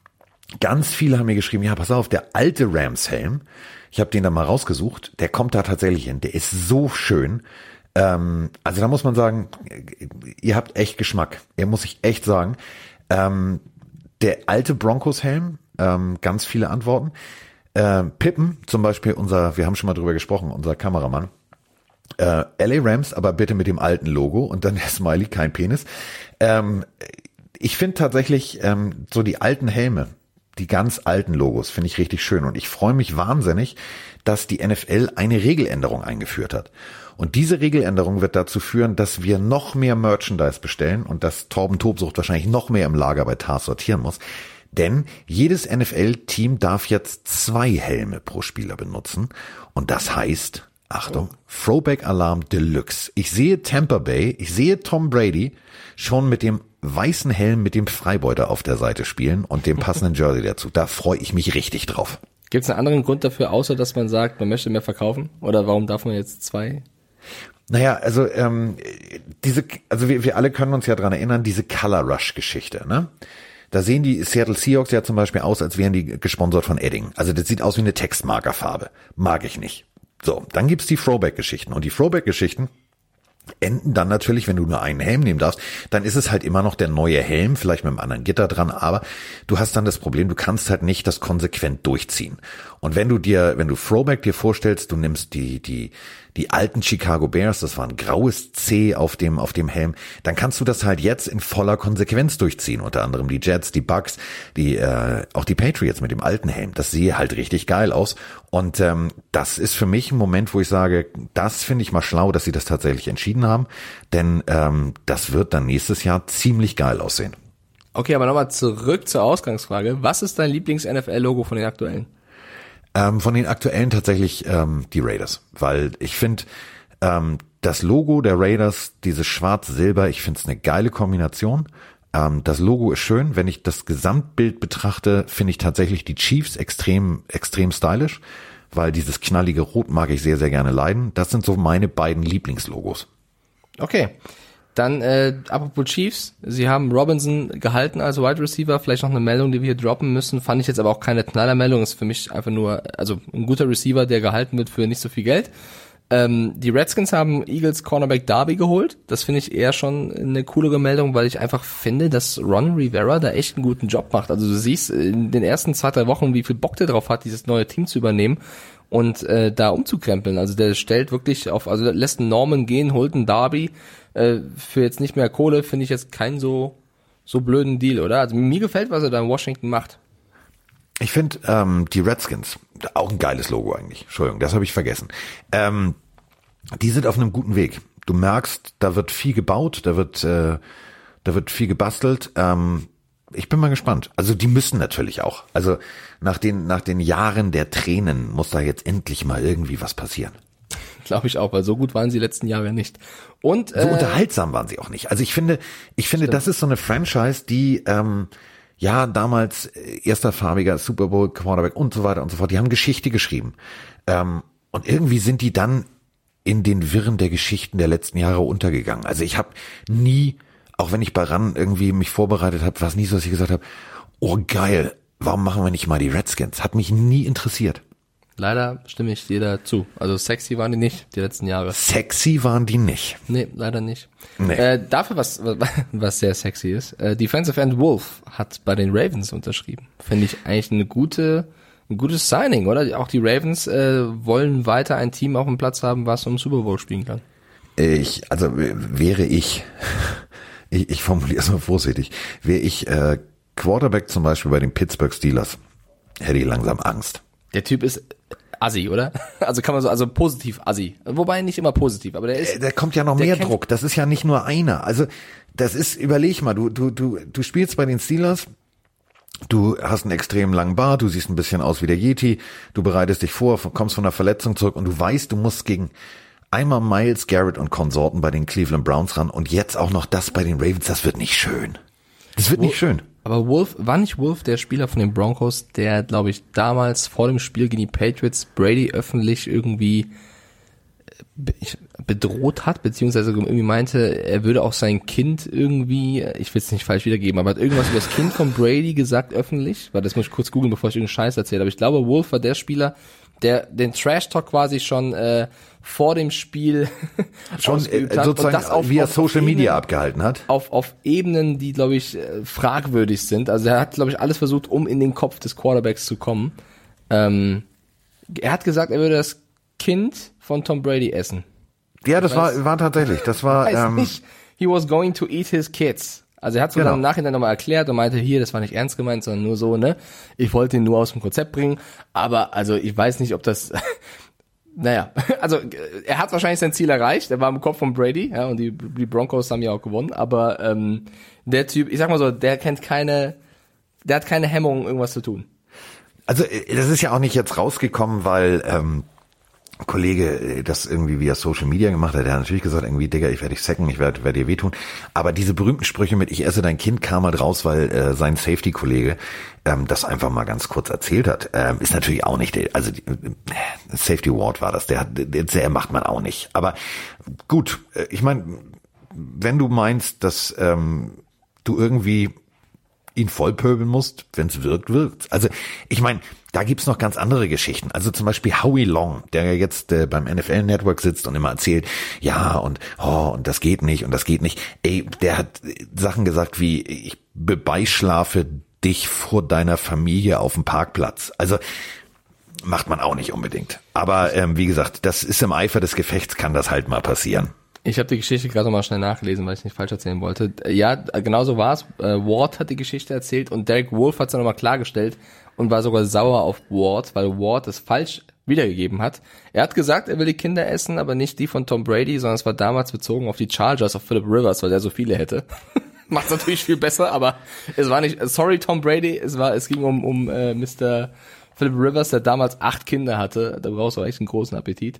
Ganz viele haben mir geschrieben, ja, pass auf, der alte Rams-Helm, ich habe den da mal rausgesucht, der kommt da tatsächlich hin, der ist so schön. Also da muss man sagen, ihr habt echt Geschmack, muss ich echt sagen. Der alte Broncos-Helm, ganz viele Antworten. Pippen, zum Beispiel wir haben schon mal drüber gesprochen, unser Kameramann. LA Rams, aber bitte mit dem alten Logo und dann der Smiley, kein Penis. Ich finde tatsächlich so die alten Helme, die ganz alten Logos, finde ich richtig schön und ich freue mich wahnsinnig, dass die NFL eine Regeländerung eingeführt hat. Und diese Regeländerung wird dazu führen, dass wir noch mehr Merchandise bestellen und dass Torben Tobsucht wahrscheinlich noch mehr im Lager bei Tars sortieren muss. Denn jedes NFL-Team darf jetzt 2 Helme pro Spieler benutzen und das heißt, Achtung, Throwback-Alarm Deluxe. Ich sehe Tampa Bay, ich sehe Tom Brady schon mit dem weißen Helm mit dem Freibeuter auf der Seite spielen und dem passenden Jersey dazu. Da freue ich mich richtig drauf. Gibt es einen anderen Grund dafür, außer dass man sagt, man möchte mehr verkaufen? Oder warum darf man jetzt 2? Naja, also wir alle können uns ja dran erinnern, diese Color Rush Geschichte, ne? Da sehen die Seattle Seahawks ja zum Beispiel aus, als wären die gesponsert von Edding. Also das sieht aus wie eine Textmarkerfarbe. Mag ich nicht. So, dann gibt's die Throwback-Geschichten. Und die Throwback-Geschichten enden dann natürlich, wenn du nur einen Helm nehmen darfst, dann ist es halt immer noch der neue Helm, vielleicht mit einem anderen Gitter dran, aber du hast dann das Problem, du kannst halt nicht das konsequent durchziehen. Und wenn du Throwback dir vorstellst, du nimmst die alten Chicago Bears, das war ein graues C auf dem Helm, dann kannst du das halt jetzt in voller Konsequenz durchziehen. Unter anderem die Jets, die Bucks, auch die Patriots mit dem alten Helm. Das sehe halt richtig geil aus. Und das ist für mich ein Moment, wo ich sage, das finde ich mal schlau, dass sie das tatsächlich entschieden haben. Denn das wird dann nächstes Jahr ziemlich geil aussehen. Okay, aber nochmal zurück zur Ausgangsfrage. Was ist dein Lieblings-NFL-Logo von den aktuellen? Von den aktuellen tatsächlich die Raiders, weil ich finde das Logo der Raiders, dieses Schwarz-Silber, ich finde es eine geile Kombination. Das Logo ist schön. Wenn ich das Gesamtbild betrachte, finde ich tatsächlich die Chiefs extrem stylisch, weil dieses knallige Rot mag ich sehr, sehr gerne leiden. Das sind so meine beiden Lieblingslogos. Okay. Dann, apropos Chiefs, sie haben Robinson gehalten als Wide Receiver, vielleicht noch eine Meldung, die wir hier droppen müssen, fand ich jetzt aber auch keine Knallermeldung, ist für mich einfach nur, also ein guter Receiver, der gehalten wird für nicht so viel Geld. Die Redskins haben Eagles Cornerback Darby geholt, das finde ich eher schon eine coolere Meldung, weil ich einfach finde, dass Ron Rivera da echt einen guten Job macht. Also du siehst in den ersten 2-3 Wochen, wie viel Bock der drauf hat, dieses neue Team zu übernehmen und da umzukrempeln. Also der stellt wirklich also lässt einen Norman gehen, holt einen Darby, für jetzt nicht mehr Kohle, finde ich jetzt keinen so blöden Deal, oder? Also mir gefällt, was er da in Washington macht. Ich finde die Redskins, auch ein geiles Logo eigentlich, Entschuldigung, das habe ich vergessen. Die sind auf einem guten Weg. Du merkst, da wird viel gebaut, da wird viel gebastelt. Ich bin mal gespannt. Also die müssen natürlich auch. Also nach den Jahren der Tränen muss da jetzt endlich mal irgendwie was passieren. Glaube ich auch, weil so gut waren sie letzten Jahre nicht. Und so unterhaltsam waren sie auch nicht. Also ich finde, das ist so eine Franchise, die damals erster farbiger Super Bowl Quarterback und so weiter und so fort. Die haben Geschichte geschrieben. Und irgendwie sind die dann in den Wirren der Geschichten der letzten Jahre untergegangen. Also ich habe nie, auch wenn ich bei RAN irgendwie mich vorbereitet habe, war es nie so, dass ich gesagt habe, oh geil, warum machen wir nicht mal die Redskins? Hat mich nie interessiert. Leider stimme ich dir dazu. Also sexy waren die nicht, die letzten Jahre. Sexy waren die nicht. Nee, leider nicht. Nee. Dafür, was sehr sexy ist, Defensive End Wolf hat bei den Ravens unterschrieben. Finde ich eigentlich ein gutes Signing, oder? Auch die Ravens wollen weiter ein Team auf dem Platz haben, was um Super Bowl spielen kann. Wäre ich formuliere es mal vorsichtig, wäre ich Quarterback zum Beispiel bei den Pittsburgh Steelers, hätte ich langsam Angst. Der Typ ist assi, oder? Also kann man also positiv assi. Wobei nicht immer positiv, aber der ist... Da kommt ja noch mehr Druck. Das ist ja nicht nur einer. Also das ist, überleg mal, du spielst bei den Steelers, du hast einen extrem langen Bart, du siehst ein bisschen aus wie der Yeti, du bereitest dich vor, kommst von einer Verletzung zurück und du weißt, du musst gegen einmal Myles Garrett und Konsorten bei den Cleveland Browns ran und jetzt auch noch das bei den Ravens. Das wird nicht schön. Das wird nicht schön. Aber war nicht Wolf der Spieler von den Broncos, der, glaube ich, damals vor dem Spiel gegen die Patriots Brady öffentlich irgendwie bedroht hat, beziehungsweise irgendwie meinte, er würde auch sein Kind irgendwie, ich will es nicht falsch wiedergeben, aber hat irgendwas über das Kind von Brady gesagt öffentlich, weil das muss ich kurz googeln, bevor ich irgendeinen Scheiß erzähle, aber ich glaube, Wolf war der Spieler, der den Trash-Talk quasi schon vor dem Spiel schon sozusagen und das via Social Media abgehalten hat. Auf Ebenen, die, glaube ich, fragwürdig sind. Also er hat, glaube ich, alles versucht, um in den Kopf des Quarterbacks zu kommen. Er hat gesagt, er würde das Kind von Tom Brady essen. Ja, das war tatsächlich. Das war. Nicht. He was going to eat his kids. Also er hat so dann im Nachhinein nochmal erklärt und meinte, hier, das war nicht ernst gemeint, sondern nur so, ne? Ich wollte ihn nur aus dem Konzept bringen. Aber also ich weiß nicht, ob das. Naja, also er hat wahrscheinlich sein Ziel erreicht. Er war im Kopf von Brady, ja, und die Broncos haben ja auch gewonnen. Aber der Typ, ich sag mal so, der hat keine Hemmung, irgendwas zu tun. Also das ist ja auch nicht jetzt rausgekommen, weil Kollege das irgendwie via Social Media gemacht hat. Der hat natürlich gesagt, irgendwie, Digga, ich werde dich sacken, ich werde dir wehtun. Aber diese berühmten Sprüche mit ich esse dein Kind kam halt raus, weil sein Safety-Kollege das einfach mal ganz kurz erzählt hat. Ist natürlich auch nicht, also Safety Award war das, der macht man auch nicht. Aber gut, ich meine, wenn du meinst, dass du irgendwie ihn vollpöbeln musst, wenn es wirkt. Also ich meine, da gibt's noch ganz andere Geschichten. Also zum Beispiel Howie Long, der jetzt beim NFL Network sitzt und immer erzählt, ja und das geht nicht und das geht nicht. Ey, der hat Sachen gesagt wie, ich beischlafe dich vor deiner Familie auf dem Parkplatz. Also macht man auch nicht unbedingt. Aber wie gesagt, das ist im Eifer des Gefechts, kann das halt mal passieren. Ich habe die Geschichte gerade nochmal schnell nachgelesen, weil ich nicht falsch erzählen wollte. Ja, genau so war es. Ward hat die Geschichte erzählt und Derek Wolf hat es nochmal klargestellt und war sogar sauer auf Ward, weil Ward es falsch wiedergegeben hat. Er hat gesagt, er will die Kinder essen, aber nicht die von Tom Brady, sondern es war damals bezogen auf die Chargers, auf Philip Rivers, weil der so viele hätte. Macht's natürlich viel besser, aber es war nicht, sorry Tom Brady, es ging um Mr. Philip Rivers, der damals 8 Kinder hatte. Da brauchst du echt einen großen Appetit.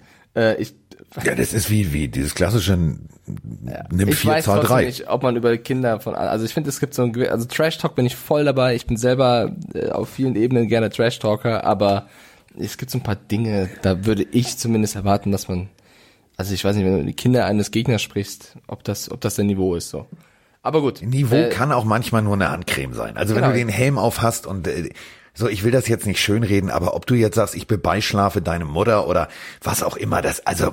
Ja, das ist wie dieses klassische nimm 4, ich weiß Zahl 3. Nicht, ob man über Kinder also ich finde, es gibt so also Trash Talk bin ich voll dabei. Ich bin selber auf vielen Ebenen gerne Trash Talker, aber es gibt so ein paar Dinge, da würde ich zumindest erwarten, dass man, also ich weiß nicht, wenn du die Kinder eines Gegners sprichst, ob das der Niveau ist, so. Aber gut. Niveau kann auch manchmal nur eine Handcreme sein. Also wenn du den Helm auf hast und so, ich will das jetzt nicht schönreden, aber ob du jetzt sagst, ich beischlafe deine Mutter oder was auch immer, das, also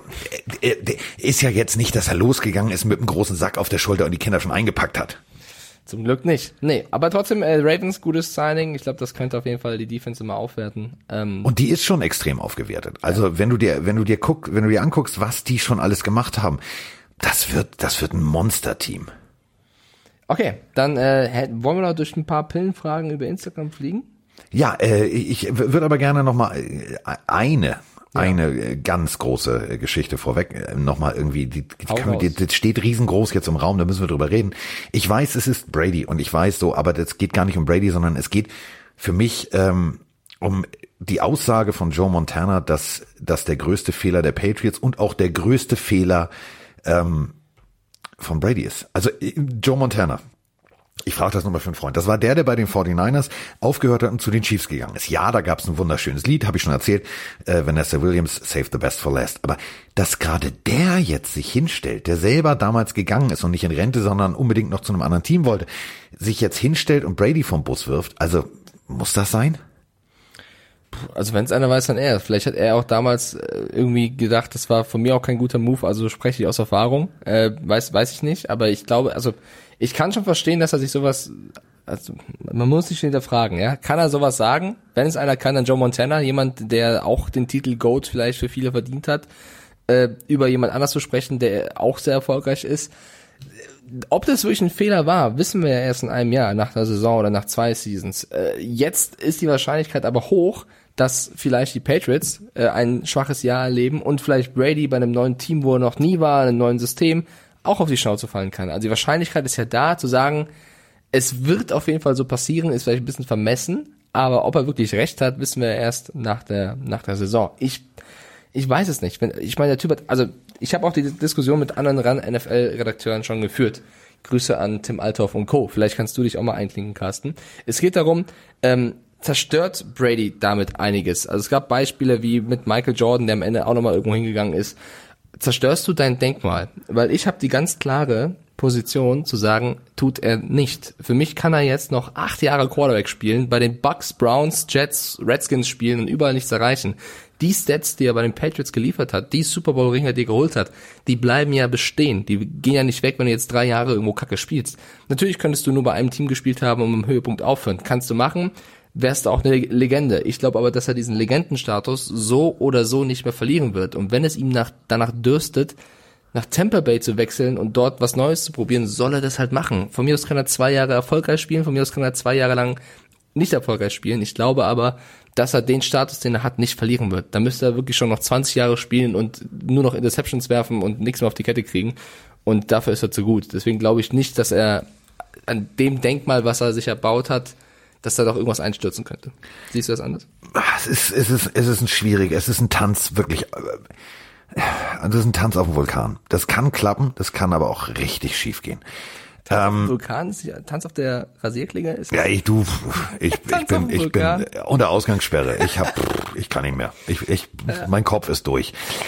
ist ja jetzt nicht, dass er losgegangen ist mit einem großen Sack auf der Schulter und die Kinder schon eingepackt hat. Zum Glück nicht. Nee, aber trotzdem, Ravens, gutes Signing. Ich glaube, das könnte auf jeden Fall die Defense immer aufwerten. Und die ist schon extrem aufgewertet. Also wenn du dir anguckst, was die schon alles gemacht haben, das wird ein Monster-Team. Okay, dann wollen wir noch durch ein paar Pillenfragen über Instagram fliegen? Ja, ich würde aber gerne noch mal eine ganz große Geschichte vorweg noch mal irgendwie, das steht riesengroß jetzt im Raum, da müssen wir drüber reden. Ich weiß, es ist Brady und ich weiß so, aber das geht gar nicht um Brady, sondern es geht für mich um die Aussage von Joe Montana, dass der größte Fehler der Patriots und auch der größte Fehler von Brady ist. Also Joe Montana. Ich frage das nur mal für einen Freund. Das war der bei den 49ers aufgehört hat und zu den Chiefs gegangen ist. Ja, da gab es ein wunderschönes Lied, habe ich schon erzählt. Vanessa Williams, Save the Best for Last. Aber dass gerade der jetzt sich hinstellt, der selber damals gegangen ist und nicht in Rente, sondern unbedingt noch zu einem anderen Team wollte, sich jetzt hinstellt und Brady vom Bus wirft, also muss das sein? Also wenn es einer weiß, dann er. Vielleicht hat er auch damals irgendwie gedacht, das war von mir auch kein guter Move, also spreche ich aus Erfahrung. Weiß ich nicht, aber ich glaube, also ich kann schon verstehen, dass er sich sowas, also man muss sich hinterfragen, ja. Kann er sowas sagen? Wenn es einer kann, dann Joe Montana, jemand, der auch den Titel GOAT vielleicht für viele verdient hat, über jemand anders zu sprechen, der auch sehr erfolgreich ist. Ob das wirklich ein Fehler war, wissen wir ja erst in einem Jahr, nach einer Saison oder nach 2 Seasons. Jetzt ist die Wahrscheinlichkeit aber hoch, dass vielleicht die Patriots ein schwaches Jahr erleben und vielleicht Brady bei einem neuen Team, wo er noch nie war, einem neuen System, auch auf die Schnauze fallen kann. Also die Wahrscheinlichkeit ist ja da, zu sagen, es wird auf jeden Fall so passieren, ist vielleicht ein bisschen vermessen, aber ob er wirklich recht hat, wissen wir erst nach der Saison. Ich weiß es nicht. Ich meine, der Typ hat, also ich habe auch die Diskussion mit anderen NFL-Redakteuren schon geführt. Grüße an Tim Althoff und Co. Vielleicht kannst du dich auch mal einklinken, Carsten. Es geht darum, zerstört Brady damit einiges. Also es gab Beispiele wie mit Michael Jordan, der am Ende auch nochmal irgendwo hingegangen ist. zerstörst du dein Denkmal. Weil ich habe die ganz klare Position zu sagen, tut er nicht. Für mich kann er jetzt noch 8 Jahre Quarterback spielen, bei den Bucks, Browns, Jets, Redskins spielen und überall nichts erreichen. Die Stats, die er bei den Patriots geliefert hat, die Super Bowl-Ringe, die er geholt hat, die bleiben ja bestehen. Die gehen ja nicht weg, wenn du jetzt 3 Jahre irgendwo Kacke spielst. Natürlich könntest du nur bei einem Team gespielt haben und am Höhepunkt aufhören. Kannst du machen, wärst du auch eine Legende. Ich glaube aber, dass er diesen Legendenstatus so oder so nicht mehr verlieren wird. Und wenn es ihm danach dürstet, nach Tampa Bay zu wechseln und dort was Neues zu probieren, soll er das halt machen. Von mir aus kann er 2 Jahre erfolgreich spielen, von mir aus kann er 2 Jahre lang nicht erfolgreich spielen. Ich glaube aber, dass er den Status, den er hat, nicht verlieren wird. Da müsste er wirklich schon noch 20 Jahre spielen und nur noch Interceptions werfen und nichts mehr auf die Kette kriegen. Und dafür ist er zu gut. Deswegen glaube ich nicht, dass er an dem Denkmal, was er sich erbaut hat, dass da doch irgendwas einstürzen könnte. Siehst du das anders? Es ist ein schwierig, es ist ein Tanz, wirklich. Das ist ein Tanz auf dem Vulkan. Das kann klappen, das kann aber auch richtig schief gehen. Vulkan, Tanz auf der Rasierklinge ist. Ja, ich bin unter Ausgangssperre. Ich kann nicht mehr. Mein Kopf ist durch.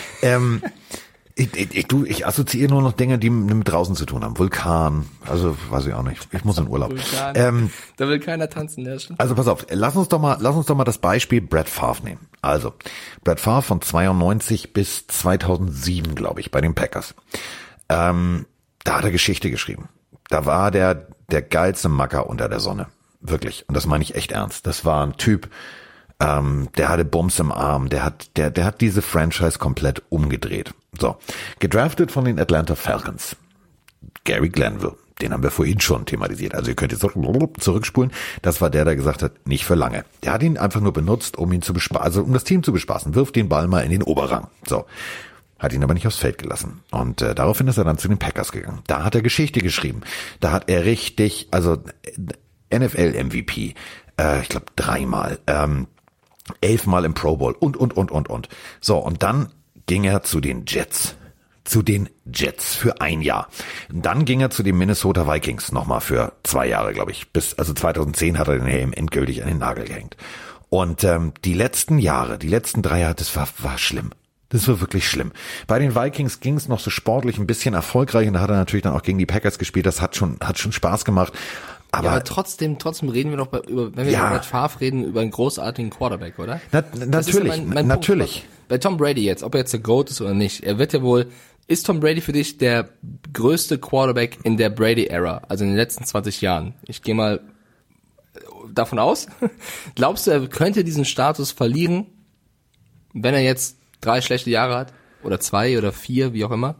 Ich assoziiere nur noch Dinge, die mit draußen zu tun haben. Vulkan, also weiß ich auch nicht. Ich muss in Urlaub. Vulkan. Da will keiner tanzen, ja schon. Also pass auf, lass uns doch mal das Beispiel Brett Favre nehmen. Also Brett Favre von 92 bis 2007, glaube ich, bei den Packers. Da hat er Geschichte geschrieben. Da war der geilste Macker unter der Sonne. Wirklich. Und das meine ich echt ernst. Das war ein Typ, der hatte Bums im Arm. Der hat diese Franchise komplett umgedreht. So. Gedraftet von den Atlanta Falcons. Gary Glanville. Den haben wir vorhin schon thematisiert. Also ihr könnt jetzt zurückspulen. Das war der gesagt hat, nicht für lange. Der hat ihn einfach nur benutzt, um ihn zu bespaßen, also um das Team zu bespaßen. Wirft den Ball mal in den Oberrang. So. Hat ihn aber nicht aufs Feld gelassen. Und daraufhin ist er dann zu den Packers gegangen. Da hat er Geschichte geschrieben. Da hat er richtig, also NFL-MVP, ich glaube 3-mal, 11-mal im Pro Bowl und. So, und dann ging er zu den Jets. Für 1 Jahr. Und dann ging er zu den Minnesota Vikings nochmal für 2 Jahre, glaube ich. Also 2010 hat er den Helm endgültig an den Nagel gehängt. Und die letzten 3 Jahre, das war schlimm. Das war wirklich schlimm. Bei den Vikings ging es noch so sportlich ein bisschen erfolgreich und da hat er natürlich dann auch gegen die Packers gespielt. Das hat schon Spaß gemacht. Aber trotzdem reden wir doch wenn wir über Brett Favre reden, über einen großartigen Quarterback, oder? Natürlich. Punkt. Bei Tom Brady jetzt, ob er jetzt der GOAT ist oder nicht, ist Tom Brady für dich der größte Quarterback in der Brady-Ära, also in den letzten 20 Jahren? Ich gehe mal davon aus. Glaubst du, er könnte diesen Status verlieren, wenn er jetzt 3 schlechte Jahre hat? Oder 2 oder 4, wie auch immer?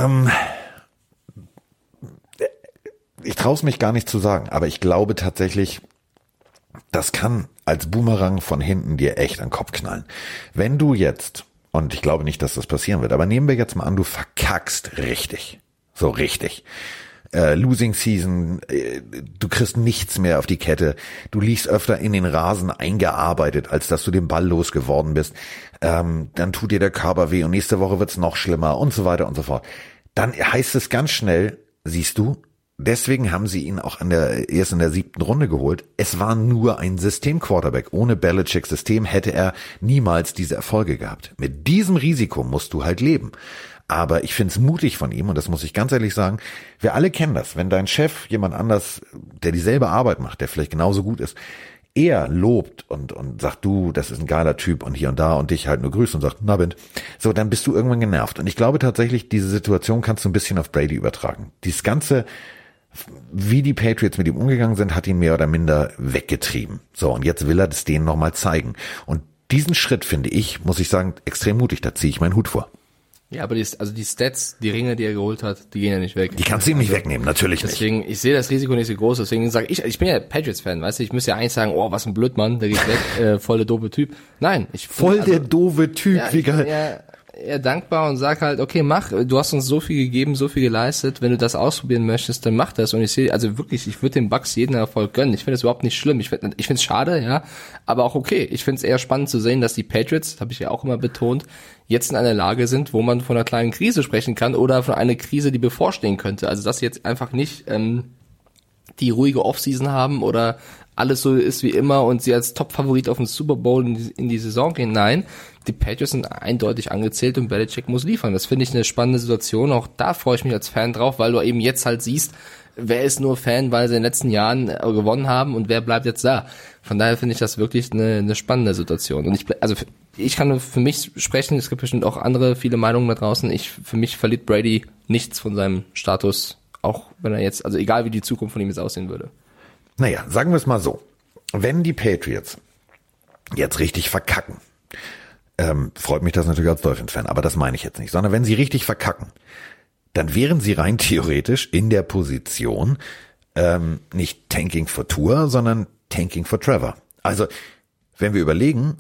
Ich traue es mich gar nicht zu sagen, aber ich glaube tatsächlich, das kann als Boomerang von hinten dir echt an den Kopf knallen. Wenn du jetzt, und ich glaube nicht, dass das passieren wird, aber nehmen wir jetzt mal an, du verkackst richtig. So richtig. Losing Season, du kriegst nichts mehr auf die Kette, du liegst öfter in den Rasen eingearbeitet, als dass du den Ball losgeworden bist, dann tut dir der Körper weh und nächste Woche wird's noch schlimmer und so weiter und so fort. Dann heißt es ganz schnell, siehst du, deswegen haben sie ihn auch erst in der 7. Runde geholt. Es war nur ein System-Quarterback. Ohne Belichicks System hätte er niemals diese Erfolge gehabt. Mit diesem Risiko musst du halt leben. Aber ich find's mutig von ihm, und das muss ich ganz ehrlich sagen, wir alle kennen das, wenn dein Chef jemand anders, der dieselbe Arbeit macht, der vielleicht genauso gut ist, eher lobt und sagt, du, das ist ein geiler Typ und hier und da und dich halt nur grüßt und sagt, na Bind, so, dann bist du irgendwann genervt. Und ich glaube tatsächlich, diese Situation kannst du ein bisschen auf Brady übertragen. Dieses ganze, wie die Patriots mit ihm umgegangen sind, hat ihn mehr oder minder weggetrieben. So, und jetzt will er das denen nochmal zeigen. Und diesen Schritt finde ich, muss ich sagen, extrem mutig, da ziehe ich meinen Hut vor. Ja, aber die Stats, die Ringe, die er geholt hat, die gehen ja nicht weg. Die kannst du ihm nicht wegnehmen, natürlich nicht. Deswegen, ich sehe das Risiko nicht so groß, deswegen sage ich bin ja Patriots-Fan, weißt du, ich müsste ja eigentlich sagen, oh, was ein Blödmann, der geht weg, voll der doofe Typ. Nein, der doofe Typ, ja, wie geil. eher dankbar und sag halt, okay, mach, du hast uns so viel gegeben, so viel geleistet, wenn du das ausprobieren möchtest, dann mach das. Und ich sehe, also wirklich, ich würde den Bucks jeden Erfolg gönnen. Ich finde es überhaupt nicht schlimm. Ich finde es schade, ja, aber auch okay. Ich finde es eher spannend zu sehen, dass die Patriots, habe ich ja auch immer betont, jetzt in einer Lage sind, wo man von einer kleinen Krise sprechen kann oder von einer Krise, die bevorstehen könnte. Also dass sie jetzt einfach nicht die ruhige Offseason haben oder alles so ist wie immer und sie als Top-Favorit auf den Super Bowl in die Saison gehen. Nein, die Patriots sind eindeutig angezählt und Belichick muss liefern. Das finde ich eine spannende Situation. Auch da freue ich mich als Fan drauf, weil du eben jetzt halt siehst, wer ist nur Fan, weil sie in den letzten Jahren gewonnen haben und wer bleibt jetzt da. Von daher finde ich das wirklich eine spannende Situation. Und ich kann nur für mich sprechen, es gibt bestimmt auch viele Meinungen da draußen. Für mich verliert Brady nichts von seinem Status, auch wenn er jetzt, also egal wie die Zukunft von ihm jetzt aussehen würde. Naja, sagen wir es mal so. Wenn die Patriots jetzt richtig verkacken, freut mich das natürlich als Dolphins-Fan, aber das meine ich jetzt nicht, sondern wenn sie richtig verkacken, dann wären sie rein theoretisch in der Position, nicht Tanking for Tour, sondern Tanking for Trevor. Also, wenn wir überlegen,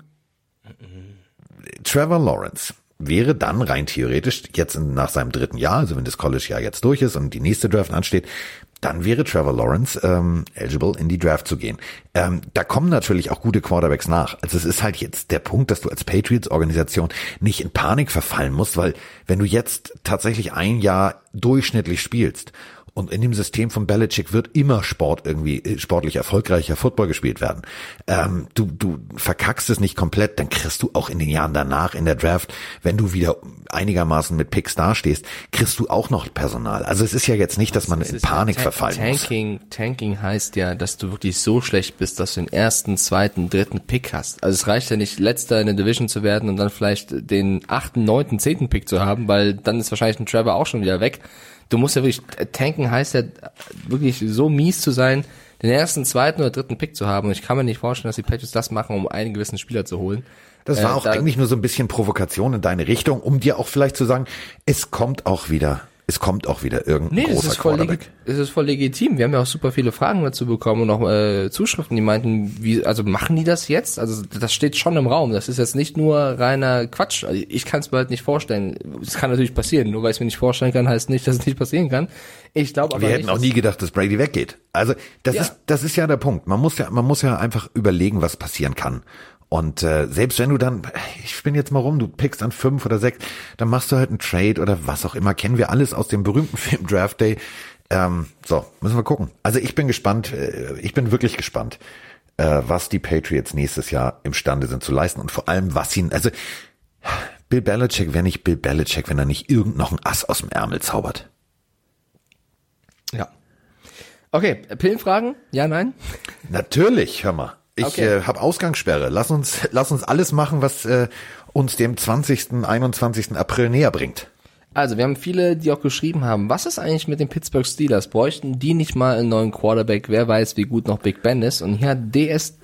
Trevor Lawrence wäre dann rein theoretisch jetzt nach seinem 3. Jahr, also wenn das College-Jahr jetzt durch ist und die nächste Draft ansteht, dann wäre Trevor Lawrence eligible, in die Draft zu gehen. Da kommen natürlich auch gute Quarterbacks nach. Also es ist halt jetzt der Punkt, dass du als Patriots-Organisation nicht in Panik verfallen musst, weil wenn du jetzt tatsächlich ein Jahr durchschnittlich spielst und in dem System von Belichick wird immer sportlich erfolgreicher Football gespielt werden. Du verkackst es nicht komplett, dann kriegst du auch in den Jahren danach in der Draft, wenn du wieder einigermaßen mit Picks dastehst, kriegst du auch noch Personal. Also es ist ja jetzt nicht, dass man in Panik verfallen muss. Tanking heißt ja, dass du wirklich so schlecht bist, dass du den 1., 2., 3. Pick hast. Also es reicht ja nicht, Letzter in der Division zu werden und dann vielleicht den 8., 9., 10. Pick zu haben, weil dann ist wahrscheinlich ein Trevor auch schon wieder weg. Du musst ja wirklich, tanken heißt ja wirklich so mies zu sein, den 1., 2. oder 3. Pick zu haben. Und ich kann mir nicht vorstellen, dass die Patriots das machen, um einen gewissen Spieler zu holen. Das war auch eigentlich nur so ein bisschen Provokation in deine Richtung, um dir auch vielleicht zu sagen, es kommt auch wieder irgendein großer Quarterback. Es ist voll legitim. Wir haben ja auch super viele Fragen dazu bekommen und auch Zuschriften, die meinten, also machen die das jetzt? Also das steht schon im Raum. Das ist jetzt nicht nur reiner Quatsch. Also ich kann es mir halt nicht vorstellen. Es kann natürlich passieren. Nur weil ich es mir nicht vorstellen kann, heißt nicht, dass es nicht passieren kann. Ich glaube aber wir hätten auch nie gedacht, dass Brady weggeht. Also das ist ja der Punkt. Man muss ja einfach überlegen, was passieren kann. Und selbst wenn du dann, ich spinne jetzt mal rum, du pickst an 5 oder 6, dann machst du halt einen Trade oder was auch immer, kennen wir alles aus dem berühmten Film Draft Day. So, müssen wir gucken. Also ich bin gespannt, ich bin wirklich gespannt, was die Patriots nächstes Jahr imstande sind zu leisten und vor allem, also Bill Belichick wäre nicht Bill Belichick, wenn er nicht noch ein Ass aus dem Ärmel zaubert. Ja. Okay, Pillenfragen? Ja, nein? Natürlich, hör mal. Ich habe Ausgangssperre. Lass uns alles machen, was uns dem 20., 21. April näher bringt. Also, wir haben viele, die auch geschrieben haben, was ist eigentlich mit den Pittsburgh Steelers? Bräuchten die nicht mal einen neuen Quarterback? Wer weiß, wie gut noch Big Ben ist? Und hier hat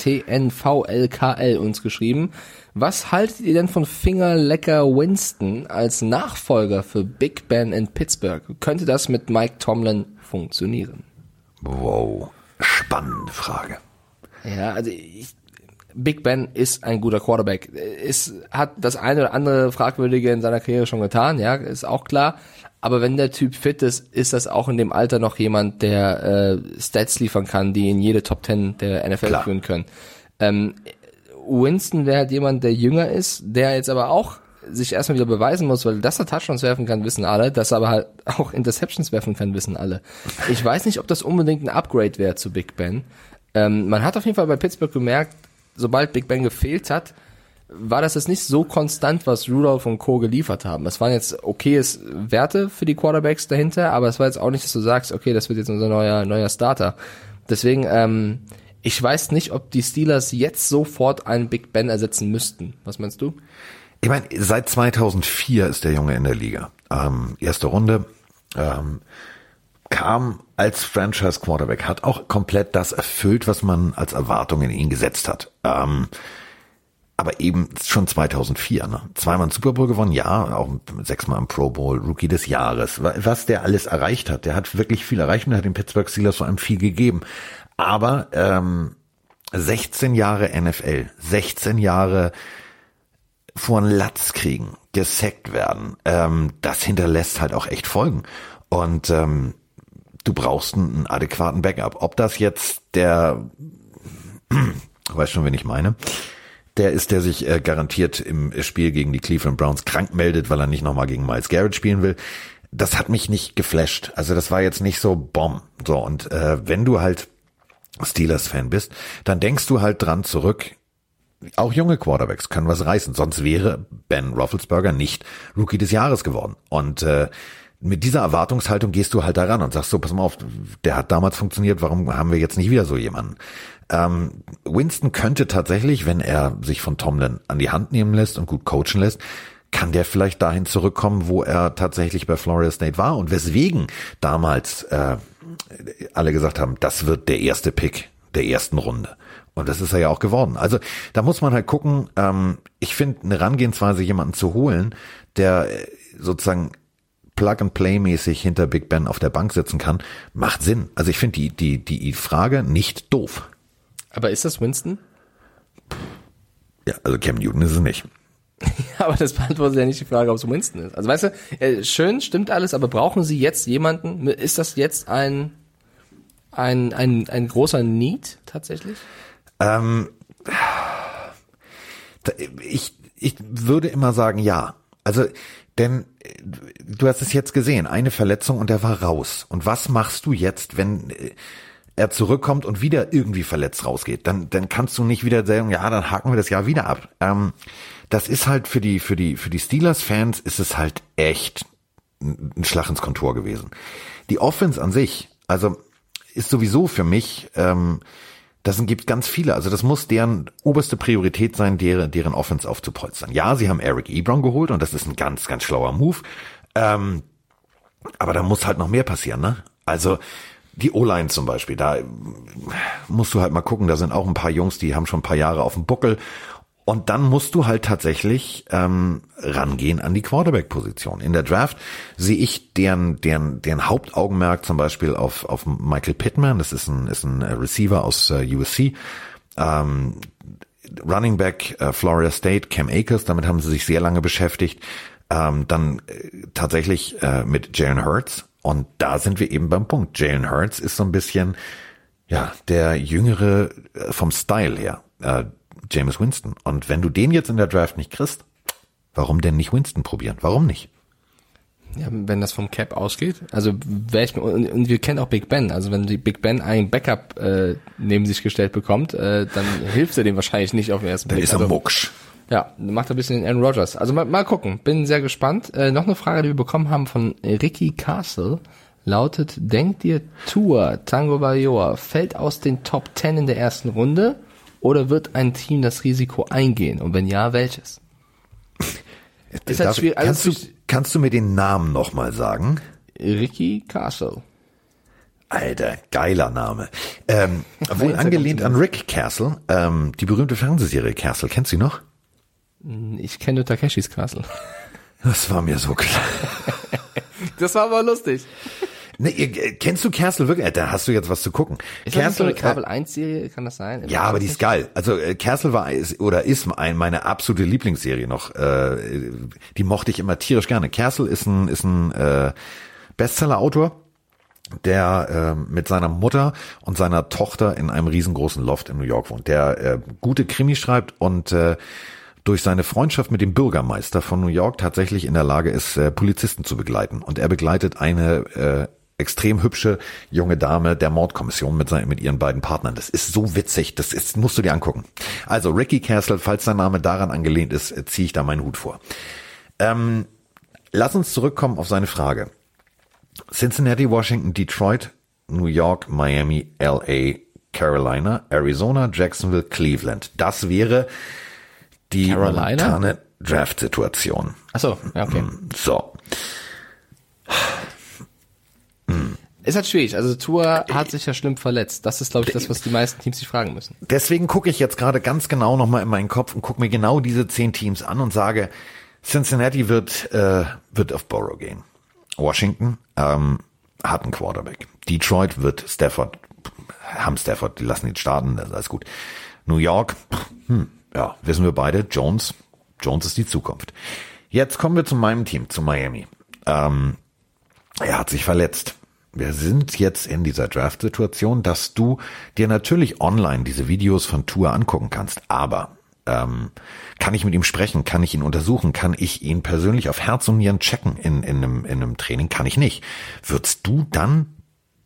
DSTNVLKL uns geschrieben, was haltet ihr denn von Fingerlecker Winston als Nachfolger für Big Ben in Pittsburgh? Könnte das mit Mike Tomlin funktionieren? Wow, spannende Frage. Ja, also Big Ben ist ein guter Quarterback. Hat das eine oder andere Fragwürdige in seiner Karriere schon getan, ja, ist auch klar. Aber wenn der Typ fit ist, ist das auch in dem Alter noch jemand, der Stats liefern kann, die in jede Top 10 der NFL führen können. Winston wäre halt jemand, der jünger ist, der jetzt aber auch sich erstmal wieder beweisen muss, weil dass er Touchdowns werfen kann, wissen alle, dass er aber halt auch Interceptions werfen kann, wissen alle. Ich weiß nicht, ob das unbedingt ein Upgrade wäre zu Big Ben. Man hat auf jeden Fall bei Pittsburgh gemerkt, sobald Big Ben gefehlt hat, war das jetzt nicht so konstant, was Rudolph und Co. geliefert haben. Es waren jetzt okayes Werte für die Quarterbacks dahinter, aber es war jetzt auch nicht, dass du sagst, okay, das wird jetzt unser neuer Starter. Deswegen, ich weiß nicht, ob die Steelers jetzt sofort einen Big Ben ersetzen müssten. Was meinst du? Ich meine, seit 2004 ist der Junge in der Liga. Erste Runde, kam als Franchise-Quarterback, hat auch komplett das erfüllt, was man als Erwartung in ihn gesetzt hat. Aber eben schon 2004, ne? 2-mal einen Super Bowl gewonnen, ja, auch 6-mal im Pro Bowl, Rookie des Jahres. Was der alles erreicht hat, der hat wirklich viel erreicht und der hat den Pittsburgh Steelers vor allem viel gegeben. Aber 16 Jahre NFL, 16 Jahre vor den Latz kriegen, gesackt werden, das hinterlässt halt auch echt Folgen. Und du brauchst einen adäquaten Backup. Ob das jetzt du weißt schon, wen ich meine, der ist, der sich garantiert im Spiel gegen die Cleveland Browns krank meldet, weil er nicht nochmal gegen Myles Garrett spielen will. Das hat mich nicht geflasht. Also das war jetzt nicht so Bomb. So, und wenn du halt Steelers-Fan bist, dann denkst du halt dran zurück, auch junge Quarterbacks können was reißen, sonst wäre Ben Roethlisberger nicht Rookie des Jahres geworden. Und mit dieser Erwartungshaltung gehst du halt daran und sagst so, pass mal auf, der hat damals funktioniert, warum haben wir jetzt nicht wieder so jemanden? Winston könnte tatsächlich, wenn er sich von Tomlin an die Hand nehmen lässt und gut coachen lässt, kann der vielleicht dahin zurückkommen, wo er tatsächlich bei Florida State war und weswegen damals alle gesagt haben, das wird der erste Pick der ersten Runde. Und das ist er ja auch geworden. Also da muss man halt gucken, ich finde eine Herangehensweise, jemanden zu holen, der sozusagen Plug-and-Play-mäßig hinter Big Ben auf der Bank sitzen kann, macht Sinn. Also ich finde die Frage nicht doof. Aber ist das Winston? Ja, also Cam Newton ist es nicht. Aber das beantwortet ja nicht die Frage, ob es Winston ist. Also weißt du, schön, stimmt alles, aber brauchen Sie jetzt jemanden? Ist das jetzt ein großer Need tatsächlich? Ich würde immer sagen, ja. Also, denn du hast es jetzt gesehen, eine Verletzung und er war raus. Und was machst du jetzt, wenn er zurückkommt und wieder irgendwie verletzt rausgeht? Dann kannst du nicht wieder sagen, ja, dann haken wir das Jahr wieder ab. Das ist halt für die Steelers-Fans ist es halt echt ein Schlag ins Kontor gewesen. Die Offense an sich, also ist sowieso für mich, gibt ganz viele, also das muss deren oberste Priorität sein, deren Offense aufzupolstern. Ja, sie haben Eric Ebron geholt und das ist ein ganz, ganz schlauer Move, aber da muss halt noch mehr passieren, ne? Also die O-Line zum Beispiel, da musst du halt mal gucken, da sind auch ein paar Jungs, die haben schon ein paar Jahre auf dem Buckel. Und dann musst du halt tatsächlich rangehen an die Quarterback-Position. In der Draft sehe ich deren Hauptaugenmerk zum Beispiel auf Michael Pittman. Das ist ein Receiver aus USC. Running Back Florida State, Cam Akers. Damit haben sie sich sehr lange beschäftigt. Dann tatsächlich mit Jalen Hurts. Und da sind wir eben beim Punkt. Jalen Hurts ist so ein bisschen der Jüngere vom Style her. Jameis Winston. Und wenn du den jetzt in der Draft nicht kriegst, warum denn nicht Winston probieren? Warum nicht? Ja, wenn das vom Cap ausgeht. Also und wir kennen auch Big Ben. Also wenn die Big Ben einen Backup neben sich gestellt bekommt, dann hilft er dem wahrscheinlich nicht auf den ersten Blick. Dann ist er mucksch. Ja, macht er ein bisschen den Aaron Rodgers. Also mal gucken. Bin sehr gespannt. Noch eine Frage, die wir bekommen haben von Ricky Castle, lautet: Denkt ihr, Tua Tagovailoa fällt aus den Top 10 in der ersten Runde? Oder wird ein Team das Risiko eingehen? Und wenn ja, welches? Ist halt schwierig. Kannst du mir den Namen nochmal sagen? Ricky Castle. Alter, geiler Name. Wohl angelehnt an Rick Castle, die berühmte Fernsehserie Castle. Kennst du die noch? Ich kenne nur Takeshis Castle. Das war mir so klar. Das war aber lustig. Nee, kennst du Castle wirklich? Da hast du jetzt was zu gucken. Ist das so eine Kabel 1 Serie? Kann das sein? Ja, aber die ist geil. Also Castle ist meine absolute Lieblingsserie noch. Die mochte ich immer tierisch gerne. Castle ist ein Bestseller-Autor, der mit seiner Mutter und seiner Tochter in einem riesengroßen Loft in New York wohnt. Der gute Krimi schreibt und durch seine Freundschaft mit dem Bürgermeister von New York tatsächlich in der Lage ist, Polizisten zu begleiten. Und er begleitet eine extrem hübsche junge Dame der Mordkommission mit ihren beiden Partnern. Das ist so witzig, musst du dir angucken. Also Ricky Castle, falls sein Name daran angelehnt ist, ziehe ich da meinen Hut vor. Lass uns zurückkommen auf seine Frage. Cincinnati, Washington, Detroit, New York, Miami, LA, Carolina, Arizona, Jacksonville, Cleveland. Das wäre die momentane Draft-Situation. Ach so, ja, okay. So. Ist halt schwierig. Also Tua hat sich ja schlimm verletzt. Das ist, glaube ich, das, was die meisten Teams sich fragen müssen. Deswegen gucke ich jetzt gerade ganz genau nochmal in meinen Kopf und gucke mir genau diese 10 Teams an und sage, Cincinnati wird auf Burrow gehen. Washington hat einen Quarterback. Detroit wird Stafford, die lassen ihn starten, das ist alles gut. New York, ja, wissen wir beide, Jones ist die Zukunft. Jetzt kommen wir zu meinem Team, zu Miami. Er hat sich verletzt. Wir sind jetzt in dieser Draft-Situation, dass du dir natürlich online diese Videos von Tua angucken kannst, aber kann ich mit ihm sprechen, kann ich ihn untersuchen, kann ich ihn persönlich auf Herz und Nieren checken in einem Training, kann ich nicht. Würdest du dann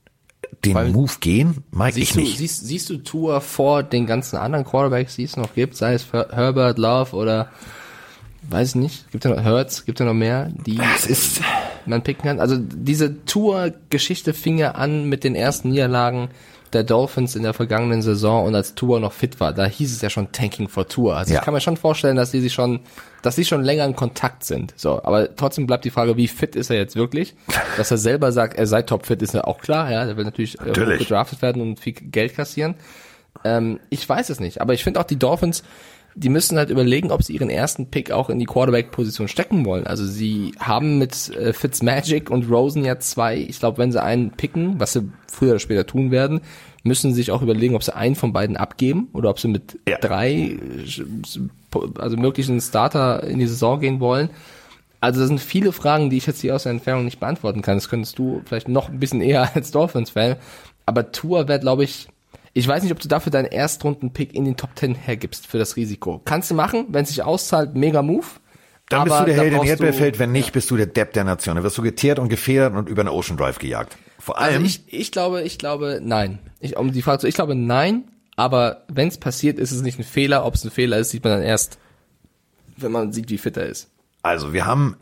den Move gehen, mag ich nicht. Siehst du Tua vor den ganzen anderen Quarterbacks, die es noch gibt, sei es Herbert, Love oder weiß ich nicht, gibt ja noch Hurts, gibt ja noch mehr, die man picken kann. Also diese Tua-Geschichte fing ja an mit den ersten Niederlagen der Dolphins in der vergangenen Saison und als Tua noch fit war, da hieß es ja schon Tanking for Tua. Also ich kann mir schon vorstellen, dass sie schon länger in Kontakt sind. So, aber trotzdem bleibt die Frage, wie fit ist er jetzt wirklich? Dass er selber sagt, er sei topfit, ist ja auch klar, ja, der will natürlich gedraftet werden und viel Geld kassieren. Ich weiß es nicht, aber ich finde auch die Dolphins, die müssen halt überlegen, ob sie ihren ersten Pick auch in die Quarterback-Position stecken wollen. Also sie haben mit Fitzmagic und Rosen ja zwei. Ich glaube, wenn sie einen picken, was sie früher oder später tun werden, müssen sie sich auch überlegen, ob sie einen von beiden abgeben oder ob sie mit 3 also möglichen Starter in die Saison gehen wollen. Also das sind viele Fragen, die ich jetzt hier aus der Entfernung nicht beantworten kann. Das könntest du vielleicht noch ein bisschen eher als Dolphins-Fan. Aber Tua wäre, glaube ich weiß nicht, ob du dafür deinen Erstrunden-Pick in den Top 10 hergibst für das Risiko. Kannst du machen, wenn es sich auszahlt, mega Move. Dann bist du der Held im Erdbeerfeld, wenn nicht, bist du der Depp der Nation. Dann wirst du geteert und gefedert und über einen Ocean Drive gejagt. Vor allem. Also ich glaube, nein. Ich glaube, nein, aber wenn es passiert, ist es nicht ein Fehler. Ob es ein Fehler ist, sieht man dann erst, wenn man sieht, wie fit er ist. Also, wir haben,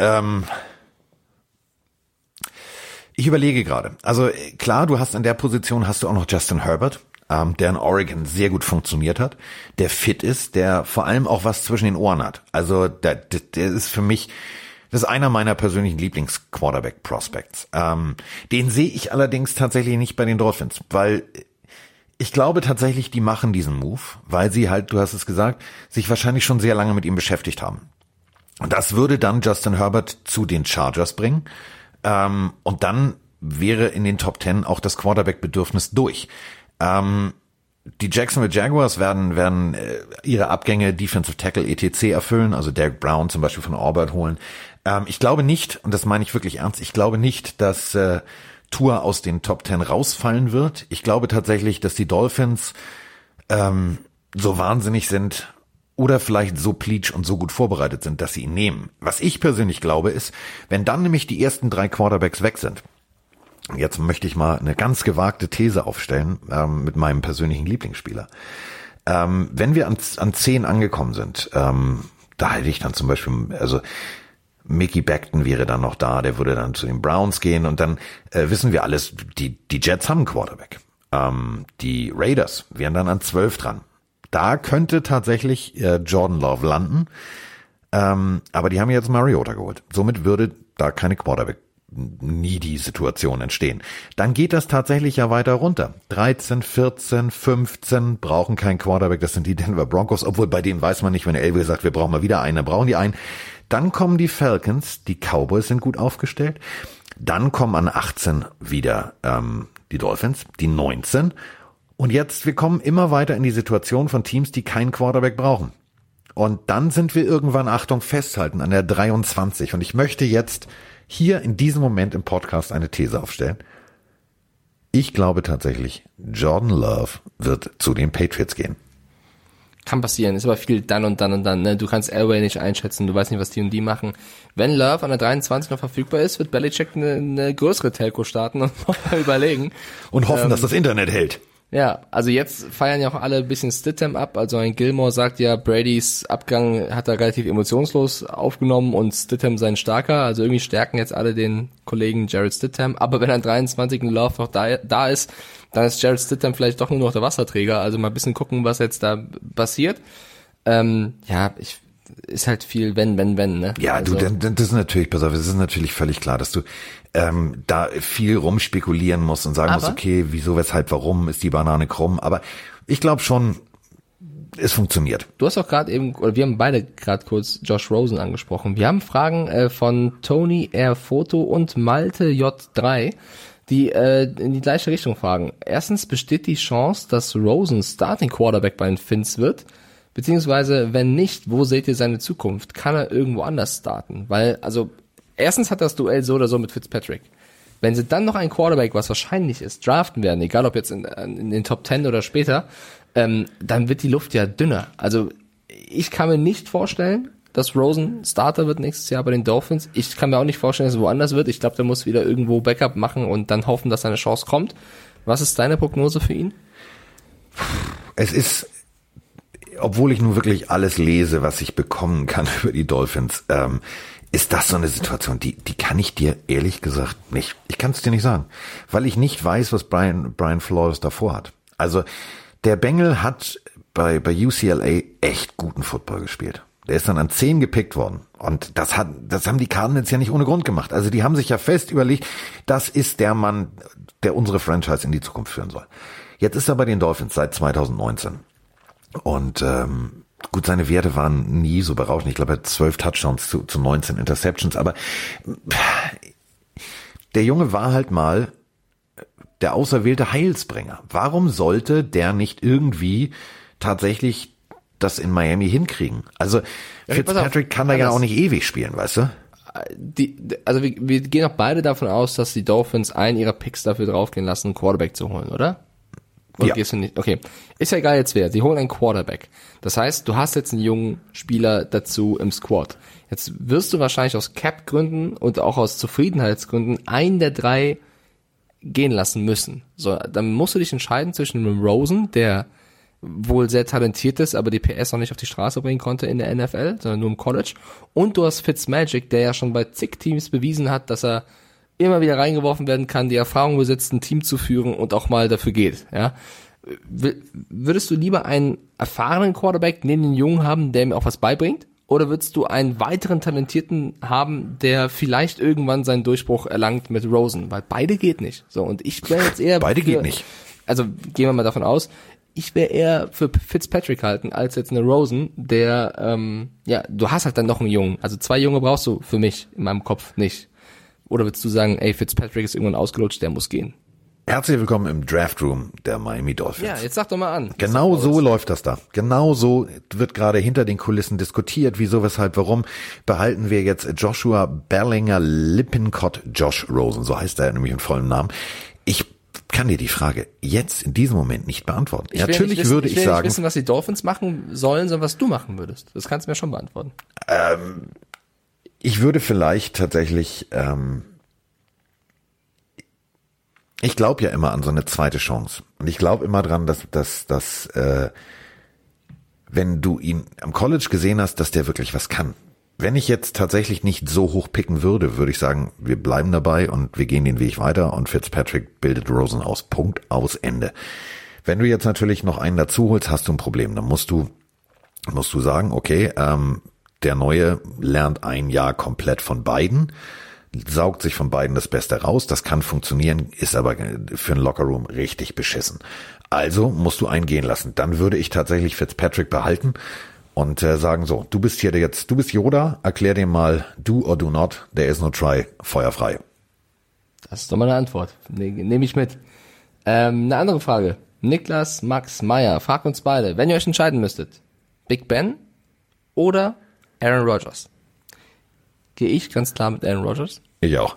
ich überlege gerade. Also, klar, du hast in der Position hast du auch noch Justin Herbert, der in Oregon sehr gut funktioniert hat, der fit ist, der vor allem auch was zwischen den Ohren hat. Also der ist für mich, das ist einer meiner persönlichen Lieblings-Quarterback-Prospects. Den sehe ich allerdings tatsächlich nicht bei den Dolphins, weil ich glaube tatsächlich, die machen diesen Move, weil sie halt, du hast es gesagt, sich wahrscheinlich schon sehr lange mit ihm beschäftigt haben. Und das würde dann Justin Herbert zu den Chargers bringen. Und dann wäre in den Top 10 auch das Quarterback-Bedürfnis durch. Die Jacksonville Jaguars werden ihre Abgänge Defensive Tackle etc. erfüllen, also Derek Brown zum Beispiel von Auburn holen. Ich glaube nicht, und das meine ich wirklich ernst, ich glaube nicht, dass Tua aus den Top 10 rausfallen wird. Ich glaube tatsächlich, dass die Dolphins so wahnsinnig sind oder vielleicht so pleatsch und so gut vorbereitet sind, dass sie ihn nehmen. Was ich persönlich glaube ist, wenn dann nämlich die ersten 3 Quarterbacks weg sind, jetzt möchte ich mal eine ganz gewagte These aufstellen mit meinem persönlichen Lieblingsspieler. Wenn wir an 10 angekommen sind, da hätte ich dann zum Beispiel, also Mickey Beckton wäre dann noch da, der würde dann zu den Browns gehen und dann wissen wir alles, die Jets haben einen Quarterback. Die Raiders wären dann an 12 dran. Da könnte tatsächlich Jordan Love landen, aber die haben jetzt Mariota geholt. Somit würde da keine Quarterback nie die Situation entstehen. Dann geht das tatsächlich ja weiter runter. 13, 14, 15 brauchen keinen Quarterback, das sind die Denver Broncos, obwohl bei denen weiß man nicht, wenn Elway sagt, wir brauchen mal wieder einen, dann brauchen die einen. Dann kommen die Falcons, die Cowboys sind gut aufgestellt. Dann kommen an 18 wieder die Dolphins, die 19. Und jetzt, wir kommen immer weiter in die Situation von Teams, die keinen Quarterback brauchen. Und dann sind wir irgendwann, Achtung, festhalten, an der 23. Und ich möchte jetzt hier in diesem Moment im Podcast eine These aufstellen. Ich glaube tatsächlich, Jordan Love wird zu den Patriots gehen. Kann passieren, ist aber viel dann und dann und dann. Ne? Du kannst Elway nicht einschätzen, du weißt nicht, was die und die machen. Wenn Love an der 23 noch verfügbar ist, wird Belichick eine größere Telco starten und noch mal überlegen. Und hoffen, dass das Internet hält. Ja, also jetzt feiern ja auch alle ein bisschen Stidham ab. Also ein Gilmore sagt ja, Bradys Abgang hat er relativ emotionslos aufgenommen und Stidham sein starker. Also irgendwie stärken jetzt alle den Kollegen Jarrett Stidham. Aber wenn an 23 ein Love noch da ist, dann ist Jarrett Stidham vielleicht doch nur noch der Wasserträger. Also mal ein bisschen gucken, was jetzt da passiert. Ist halt viel wenn, ne? Ja, also, das ist natürlich, pass auf, es ist natürlich völlig klar, dass du da viel rumspekulieren musst und sagen musst, okay, wieso, weshalb, warum, ist die Banane krumm? Aber ich glaube schon, es funktioniert. Du hast auch gerade eben, oder wir haben beide gerade kurz Josh Rosen angesprochen. Wir haben Fragen von Tony R. Foto und Malte J3, die in die gleiche Richtung fragen. Erstens, besteht die Chance, dass Rosen Starting Quarterback bei den Finns wird? Beziehungsweise, wenn nicht, wo seht ihr seine Zukunft? Kann er irgendwo anders starten? Weil, also, erstens hat das Duell so oder so mit Fitzpatrick. Wenn sie dann noch einen Quarterback, was wahrscheinlich ist, draften werden, egal ob jetzt in den Top 10 oder später, dann wird die Luft ja dünner. Also, ich kann mir nicht vorstellen, dass Rosen Starter wird nächstes Jahr bei den Dolphins. Ich kann mir auch nicht vorstellen, dass es woanders wird. Ich glaube, der muss wieder irgendwo Backup machen und dann hoffen, dass seine Chance kommt. Was ist deine Prognose für ihn? Es ist, obwohl ich nun wirklich alles lese, was ich bekommen kann über die Dolphins, ist das so eine Situation, die kann ich dir ehrlich gesagt nicht. Ich kann es dir nicht sagen, weil ich nicht weiß, was Brian Flores davor hat. Also der Bengel hat bei UCLA echt guten Football gespielt. Der ist dann an 10 gepickt worden. Und das haben die Cardinals ja nicht ohne Grund gemacht. Also die haben sich ja fest überlegt, das ist der Mann, der unsere Franchise in die Zukunft führen soll. Jetzt ist er bei den Dolphins seit 2019. Und gut, seine Werte waren nie so berauschend. Ich glaube, er hat 12 Touchdowns zu 19 Interceptions. Aber der Junge war halt mal der auserwählte Heilsbringer. Warum sollte der nicht irgendwie tatsächlich das in Miami hinkriegen? Also Fitzpatrick kann da ja auch nicht ewig spielen, weißt du? Wir gehen auch beide davon aus, dass die Dolphins einen ihrer Picks dafür draufgehen lassen, einen Quarterback zu holen, oder? Oder ja. Gehst du nicht? Okay. Ist ja egal jetzt wer. Sie holen einen Quarterback. Das heißt, du hast jetzt einen jungen Spieler dazu im Squad. Jetzt wirst du wahrscheinlich aus Cap-Gründen und auch aus Zufriedenheitsgründen einen der 3 gehen lassen müssen. So, dann musst du dich entscheiden zwischen einem Rosen, der wohl sehr talentiert ist, aber die PS noch nicht auf die Straße bringen konnte in der NFL, sondern nur im College. Und du hast Fitzmagic, der ja schon bei zig Teams bewiesen hat, dass er immer wieder reingeworfen werden kann, die Erfahrung besitzt, ein Team zu führen und auch mal dafür geht. Ja, würdest du lieber einen erfahrenen Quarterback neben den Jungen haben, der ihm auch was beibringt? Oder würdest du einen weiteren Talentierten haben, der vielleicht irgendwann seinen Durchbruch erlangt mit Rosen? Weil beide geht nicht. So, und ich wäre jetzt eher geht nicht. Also gehen wir mal davon aus, ich wäre eher für Fitzpatrick halten, als jetzt eine Rosen, der, du hast halt dann noch einen Jungen. Also 2 Junge brauchst du für mich in meinem Kopf nicht. Oder würdest du sagen, ey, Fitzpatrick ist irgendwann ausgelutscht, der muss gehen? Herzlich willkommen im Draft Room der Miami Dolphins. Ja, jetzt sag doch mal an. Genau so läuft das da. Genau so wird gerade hinter den Kulissen diskutiert, wieso, weshalb, warum behalten wir jetzt Joshua Berlinger Lippincott Josh Rosen, so heißt er nämlich in vollem Namen. Ich kann dir die Frage jetzt in diesem Moment nicht beantworten. Natürlich würde ich sagen, nicht wissen, was die Dolphins machen sollen, sondern was du machen würdest. Das kannst du mir schon beantworten. Ich würde vielleicht tatsächlich, ich glaube ja immer an so eine zweite Chance. Und ich glaube immer dran, dass wenn du ihn am College gesehen hast, dass der wirklich was kann. Wenn ich jetzt tatsächlich nicht so hoch picken würde, würde ich sagen, wir bleiben dabei und wir gehen den Weg weiter und Fitzpatrick bildet Rosen aus. Punkt, aus, Ende. Wenn du jetzt natürlich noch einen dazu holst, hast du ein Problem. Dann musst du sagen, okay, der Neue lernt ein Jahr komplett von beiden, saugt sich von beiden das Beste raus. Das kann funktionieren, ist aber für einen Lockerroom richtig beschissen. Also musst du einen gehen lassen. Dann würde ich tatsächlich Fitzpatrick behalten und sagen so, du bist Yoda, erklär dir mal, do or do not, there is no try, feuerfrei. Das ist doch mal eine Antwort. Nehme ich mit. Eine andere Frage. Niklas Max Meyer fragt uns beide, wenn ihr euch entscheiden müsstet, Big Ben oder Aaron Rodgers? Gehe ich ganz klar mit Aaron Rodgers? Ich auch.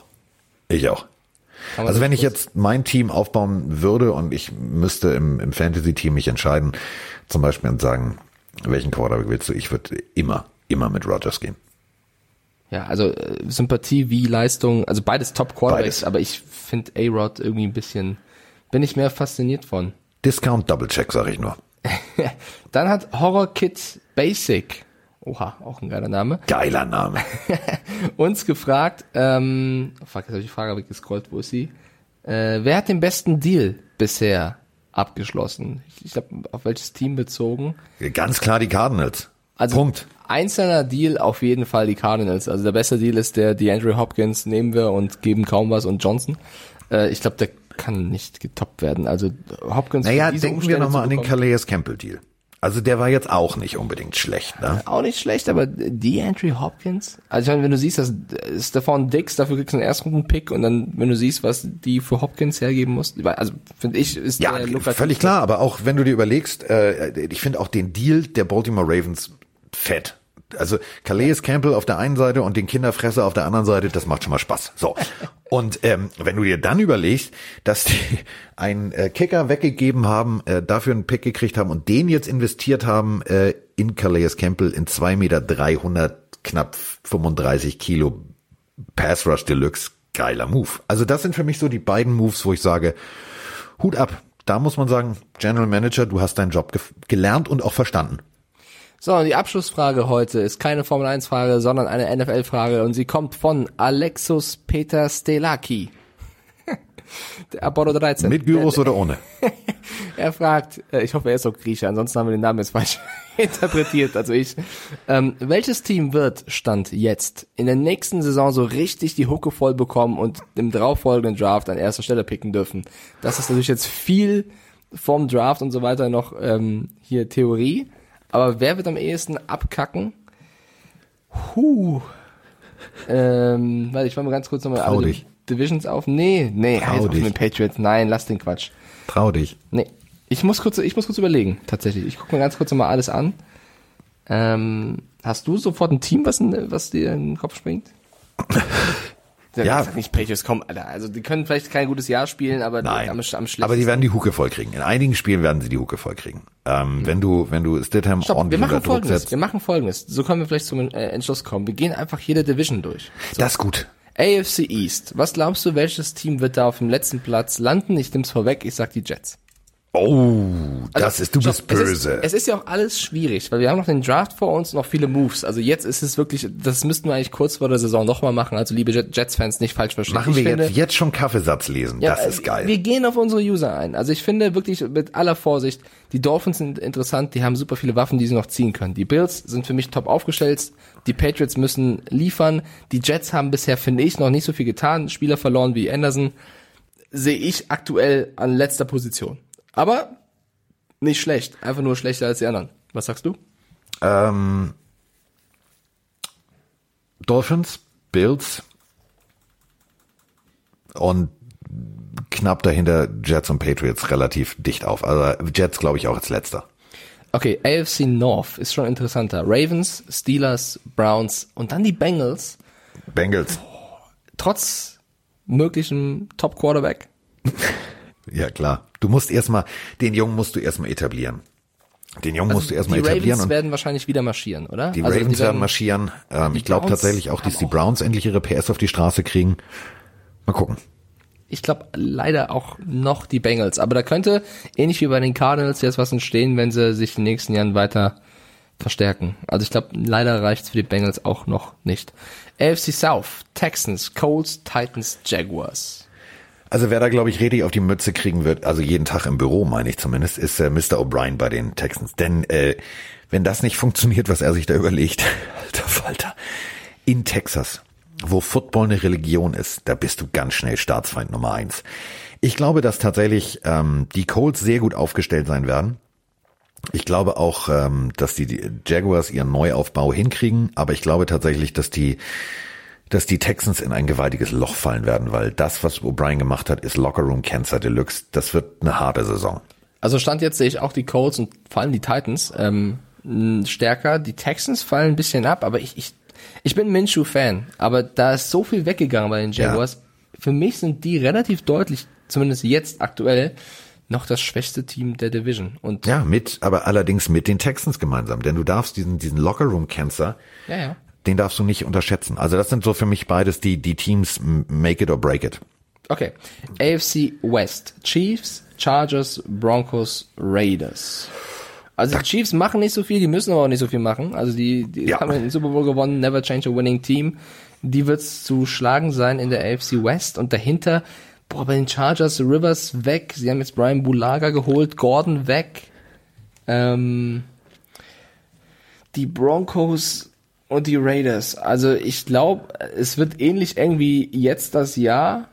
Also wenn ich jetzt mein Team aufbauen würde und ich müsste im Fantasy-Team mich entscheiden, zum Beispiel und sagen, welchen Quarterback willst du? Ich würde immer mit Rodgers gehen. Ja, also Sympathie wie Leistung, also beides Top-Quarterbacks, aber ich finde A-Rod irgendwie ein bisschen, bin ich mehr fasziniert von. Discount Double Check, sag ich nur. Dann hat Horror Kid Basic, oha, auch ein geiler Name. Geiler Name. uns gefragt, jetzt habe ich die Frage weggescrollt, wo ist sie? Wer hat den besten Deal bisher abgeschlossen? Ich glaube, auf welches Team bezogen? Ganz klar die Cardinals. Also Punkt. Einzelner Deal auf jeden Fall die Cardinals. Also der beste Deal ist der DeAndre Hopkins, nehmen wir und geben kaum was und Johnson. Ich glaube, der kann nicht getoppt werden. Also Hopkins. Naja, denken wir nochmal an den Calais Campbell Deal. Also der war jetzt auch nicht unbedingt schlecht, ne? Auch nicht schlecht, aber DeAndre Hopkins? Also ich meine, wenn du siehst, dass Stephon Diggs, dafür kriegst du einen Erstrunden-Pick und dann, wenn du siehst, was die für Hopkins hergeben musst, also finde ich, ist ja der lukrativ. Völlig klar, aber auch wenn du dir überlegst, ich finde auch den Deal der Baltimore Ravens fett. Also Calais Campbell auf der einen Seite und den Kinderfresser auf der anderen Seite, das macht schon mal Spaß. So. Und wenn du dir dann überlegst, dass die einen Kicker weggegeben haben, dafür einen Pick gekriegt haben und den jetzt investiert haben in Calais Campbell in 2,3 Meter, knapp 35 Kilo Pass Rush Deluxe, geiler Move. Also das sind für mich so die beiden Moves, wo ich sage, Hut ab. Da muss man sagen, General Manager, du hast deinen Job gelernt und auch verstanden. So, und die Abschlussfrage heute ist keine Formel-1-Frage, sondern eine NFL-Frage und sie kommt von Alexus Peter Stelaki. Der Apollo 13. Mit Gyros oder ohne? Er fragt, ich hoffe, er ist auch Grieche, ansonsten haben wir den Namen jetzt falsch interpretiert, also ich. Welches Team wird, Stand jetzt, in der nächsten Saison so richtig die Hucke voll bekommen und im darauffolgenden Draft an erster Stelle picken dürfen? Das ist natürlich jetzt viel vom Draft und so weiter noch hier Theorie. Aber wer wird am ehesten abkacken? Warte, ich war mal ganz kurz nochmal alle Divisions auf. Nee, also mit den Patriots. Nein, lass den Quatsch. Trau dich. Nee. Ich muss kurz überlegen, tatsächlich. Ich gucke mir ganz kurz nochmal alles an. Hast du sofort ein Team, was dir in den Kopf springt? Ja. Nicht Patriots, komm, Alter. Also die können vielleicht kein gutes Jahr spielen, aber am schlechtesten. Aber die werden die Hucke voll kriegen. In einigen Spielen werden sie die Hucke voll kriegen. Wenn du Stidham ordentlich unter Druck setzt. Wir machen Folgendes. So können wir vielleicht zum Entschluss kommen. Wir gehen einfach jede Division durch. So. Das ist gut. AFC East. Was glaubst du, welches Team wird da auf dem letzten Platz landen? Ich nehm's vorweg, ich sag die Jets. Oh, du bist böse. Es ist ja auch alles schwierig, weil wir haben noch den Draft vor uns und noch viele Moves. Also jetzt ist es wirklich, das müssten wir eigentlich kurz vor der Saison nochmal machen. Also liebe Jets-Fans, nicht falsch verstehen. Machen wir jetzt schon Kaffeesatz lesen, ja, das ist geil. Wir gehen auf unsere User ein. Also ich finde wirklich mit aller Vorsicht, die Dolphins sind interessant, die haben super viele Waffen, die sie noch ziehen können. Die Bills sind für mich top aufgestellt, die Patriots müssen liefern. Die Jets haben bisher, finde ich, noch nicht so viel getan. Spieler verloren wie Anderson sehe ich aktuell an letzter Position. Aber nicht schlecht, einfach nur schlechter als die anderen. Was sagst du? Dolphins, Bills und knapp dahinter Jets und Patriots relativ dicht auf. Also Jets glaube ich auch als letzter. Okay, AFC North ist schon interessanter. Ravens, Steelers, Browns und dann die Bengals. Trotz möglichem Top-Quarterback. Ja, klar. Den Jungen musst du erstmal etablieren. Die Ravens werden wahrscheinlich wieder marschieren, oder? Die Ravens werden marschieren. Ich glaube tatsächlich auch, dass die Browns endlich ihre PS auf die Straße kriegen. Mal gucken. Ich glaube leider auch noch die Bengals. Aber da könnte, ähnlich wie bei den Cardinals, jetzt was entstehen, wenn sie sich in den nächsten Jahren weiter verstärken. Also ich glaube, leider reicht's für die Bengals auch noch nicht. AFC South, Texans, Colts, Titans, Jaguars. Also wer da, glaube ich, richtig auf die Mütze kriegen wird, also jeden Tag im Büro, meine ich zumindest, ist Mr. O'Brien bei den Texans. Denn wenn das nicht funktioniert, was er sich da überlegt, alter Falter, in Texas, wo Football eine Religion ist, da bist du ganz schnell Staatsfeind Nummer 1. Ich glaube, dass tatsächlich die Colts sehr gut aufgestellt sein werden. Ich glaube auch, dass die Jaguars ihren Neuaufbau hinkriegen, aber ich glaube tatsächlich, dass die Texans in ein gewaltiges Loch fallen werden, weil das, was O'Brien gemacht hat, ist Lockerroom Cancer Deluxe. Das wird eine harte Saison. Also Stand jetzt sehe ich auch die Colts und vor allem die Titans stärker. Die Texans fallen ein bisschen ab, aber ich bin ein Minshew-Fan, aber da ist so viel weggegangen bei den Jaguars. Ja. Für mich sind die relativ deutlich, zumindest jetzt aktuell, noch das schwächste Team der Division. Und ja, aber allerdings mit den Texans gemeinsam, denn du darfst diesen Lockerroom Cancer, den darfst du nicht unterschätzen. Also das sind so für mich beides die Teams make it or break it. Okay. AFC West. Chiefs, Chargers, Broncos, Raiders. Also die Chiefs machen nicht so viel, die müssen aber auch nicht so viel machen. Also die haben den Super Bowl gewonnen, never change a winning team. Die wird's zu schlagen sein in der AFC West und dahinter, bei den Chargers, Rivers weg. Sie haben jetzt Brian Bulaga geholt, Gordon weg. Die Broncos und die Raiders. Also ich glaube, es wird ähnlich eng wie jetzt das Jahr.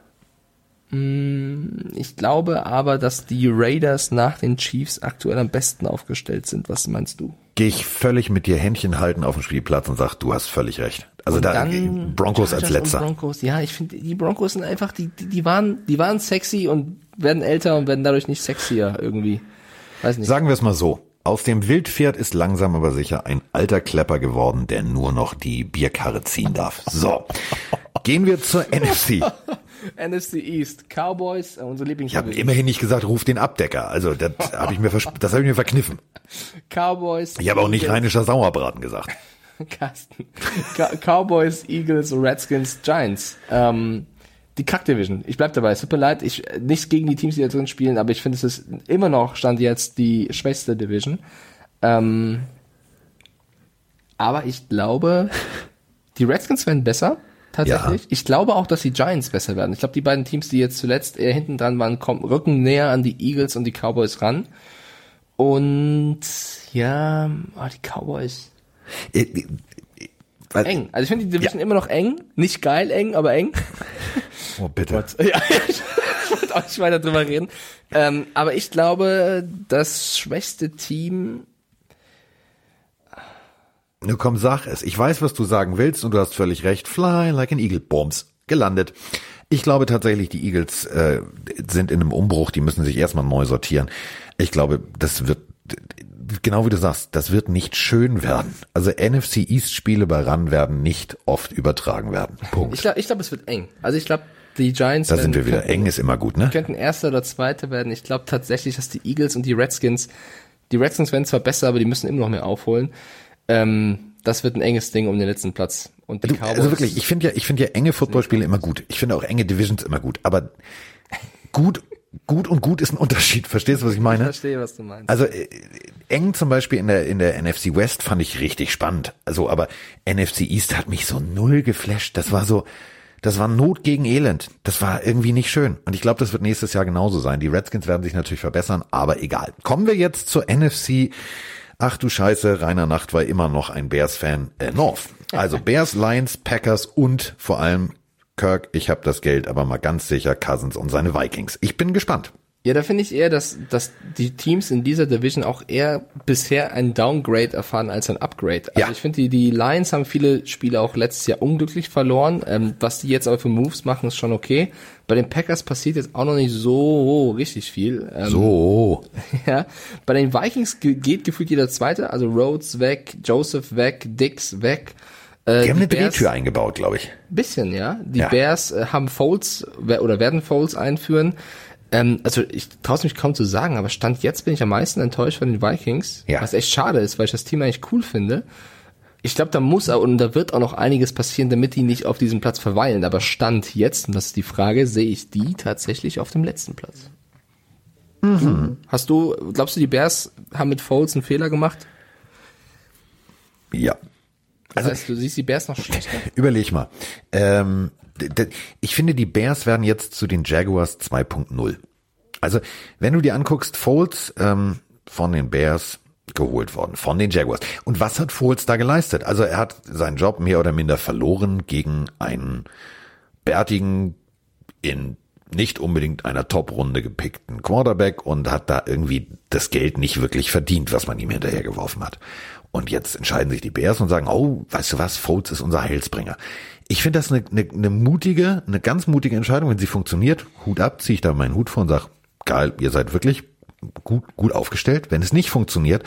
Ich glaube aber, dass die Raiders nach den Chiefs aktuell am besten aufgestellt sind. Was meinst du? Gehe ich völlig mit dir Händchen halten auf dem Spielplatz und sag, du hast völlig recht. Also und da Broncos Chargers als letzter. Broncos, ja, ich finde, die Broncos sind einfach, die waren sexy und werden älter und werden dadurch nicht sexier irgendwie. Weiß nicht. Sagen wir es mal so. Aus dem Wildpferd ist langsam aber sicher ein alter Klepper geworden, der nur noch die Bierkarre ziehen darf. So, gehen wir zur NFC. NFC East, Cowboys, unsere Lieblingsdivision. Ich habe immerhin nicht gesagt, ruf den Abdecker. Also das habe ich mir verkniffen. Cowboys. Ich habe auch nicht rheinischer Sauerbraten gesagt. Carsten. Cowboys, Eagles, Redskins, Giants. die Kack-Division. Ich bleib dabei, es tut mir leid, nichts gegen die Teams, die da drin spielen, aber ich finde, es ist immer noch, Stand jetzt, die schwächste Division. Aber ich glaube, die Redskins werden besser, tatsächlich. Ja. Ich glaube auch, dass die Giants besser werden. Ich glaube, die beiden Teams, die jetzt zuletzt eher hinten dran waren, rücken näher an die Eagles und die Cowboys ran. Und ja, die Cowboys. Eng. Also ich finde die Division immer noch eng. Nicht geil eng, aber eng. Oh, bitte. Ja, ich wollte auch nicht weiter drüber reden. Aber ich glaube, das schwächste Team... Nu komm, sag es. Ich weiß, was du sagen willst und du hast völlig recht. Fly like an eagle. Bombs. Gelandet. Ich glaube tatsächlich, die Eagles sind in einem Umbruch. Die müssen sich erstmal neu sortieren. Ich glaube, das wird, genau wie du sagst, das wird nicht schön werden. Also NFC East Spiele bei RAN werden nicht oft übertragen werden. Punkt. Ich glaube, es wird eng. Also ich glaube, die Giants... Da sind wir wieder. Eng ist immer gut, ne? Könnten Erster oder Zweiter werden. Ich glaube tatsächlich, dass die Eagles und die Redskins werden zwar besser, aber die müssen immer noch mehr aufholen. Das wird ein enges Ding um den letzten Platz. Und die Cowboys, also wirklich, ich finde ja enge Footballspiele immer gut. Ich finde auch enge Divisions immer gut. Aber gut und gut ist ein Unterschied. Verstehst du, was ich meine? Ich verstehe, was du meinst. Also eng zum Beispiel in der NFC West fand ich richtig spannend. Also aber NFC East hat mich so null geflasht. Das war Not gegen Elend. Das war irgendwie nicht schön. Und ich glaube, das wird nächstes Jahr genauso sein. Die Redskins werden sich natürlich verbessern, aber egal. Kommen wir jetzt zur NFC. Ach du Scheiße, Rainer Nacht war immer noch ein Bears-Fan. North. Also Bears, Lions, Packers und vor allem Kirk, ich habe das Geld, aber mal ganz sicher Cousins und seine Vikings. Ich bin gespannt. Ja, da finde ich eher, dass die Teams in dieser Division auch eher bisher ein Downgrade erfahren als ein Upgrade. Also ich finde, die Lions haben viele Spiele auch letztes Jahr unglücklich verloren. Was die jetzt aber für Moves machen, ist schon okay. Bei den Packers passiert jetzt auch noch nicht so richtig viel. Ja. Bei den Vikings geht gefühlt jeder Zweite. Also Rhodes weg, Joseph weg, Dix weg. Die haben eine Drehtür eingebaut, glaube ich. Bisschen, ja. Die Bears haben Folds oder werden Folds einführen. Also ich traue es mich kaum zu sagen, aber Stand jetzt bin ich am meisten enttäuscht von den Vikings, was echt schade ist, weil ich das Team eigentlich cool finde. Ich glaube, da wird auch noch einiges passieren, damit die nicht auf diesem Platz verweilen, aber Stand jetzt, und das ist die Frage, sehe ich die tatsächlich auf dem letzten Platz. Mhm. Glaubst du, die Bears haben mit Foles einen Fehler gemacht? Ja. Das heißt, du siehst die Bears noch schlechter? Überleg mal. Ich finde, die Bears werden jetzt zu den Jaguars 2.0. Also, wenn du dir anguckst, Foles von den Bears geholt worden, von den Jaguars. Und was hat Foles da geleistet? Also, er hat seinen Job mehr oder minder verloren gegen einen bärtigen, in nicht unbedingt einer Top-Runde gepickten Quarterback und hat da irgendwie das Geld nicht wirklich verdient, was man ihm hinterhergeworfen hat. Und jetzt entscheiden sich die Bears und sagen, oh, weißt du was, Foles ist unser Heilsbringer. Ich finde das eine ganz mutige Entscheidung, wenn sie funktioniert. Hut ab, ziehe ich da meinen Hut vor und sage, geil, ihr seid wirklich gut aufgestellt. Wenn es nicht funktioniert,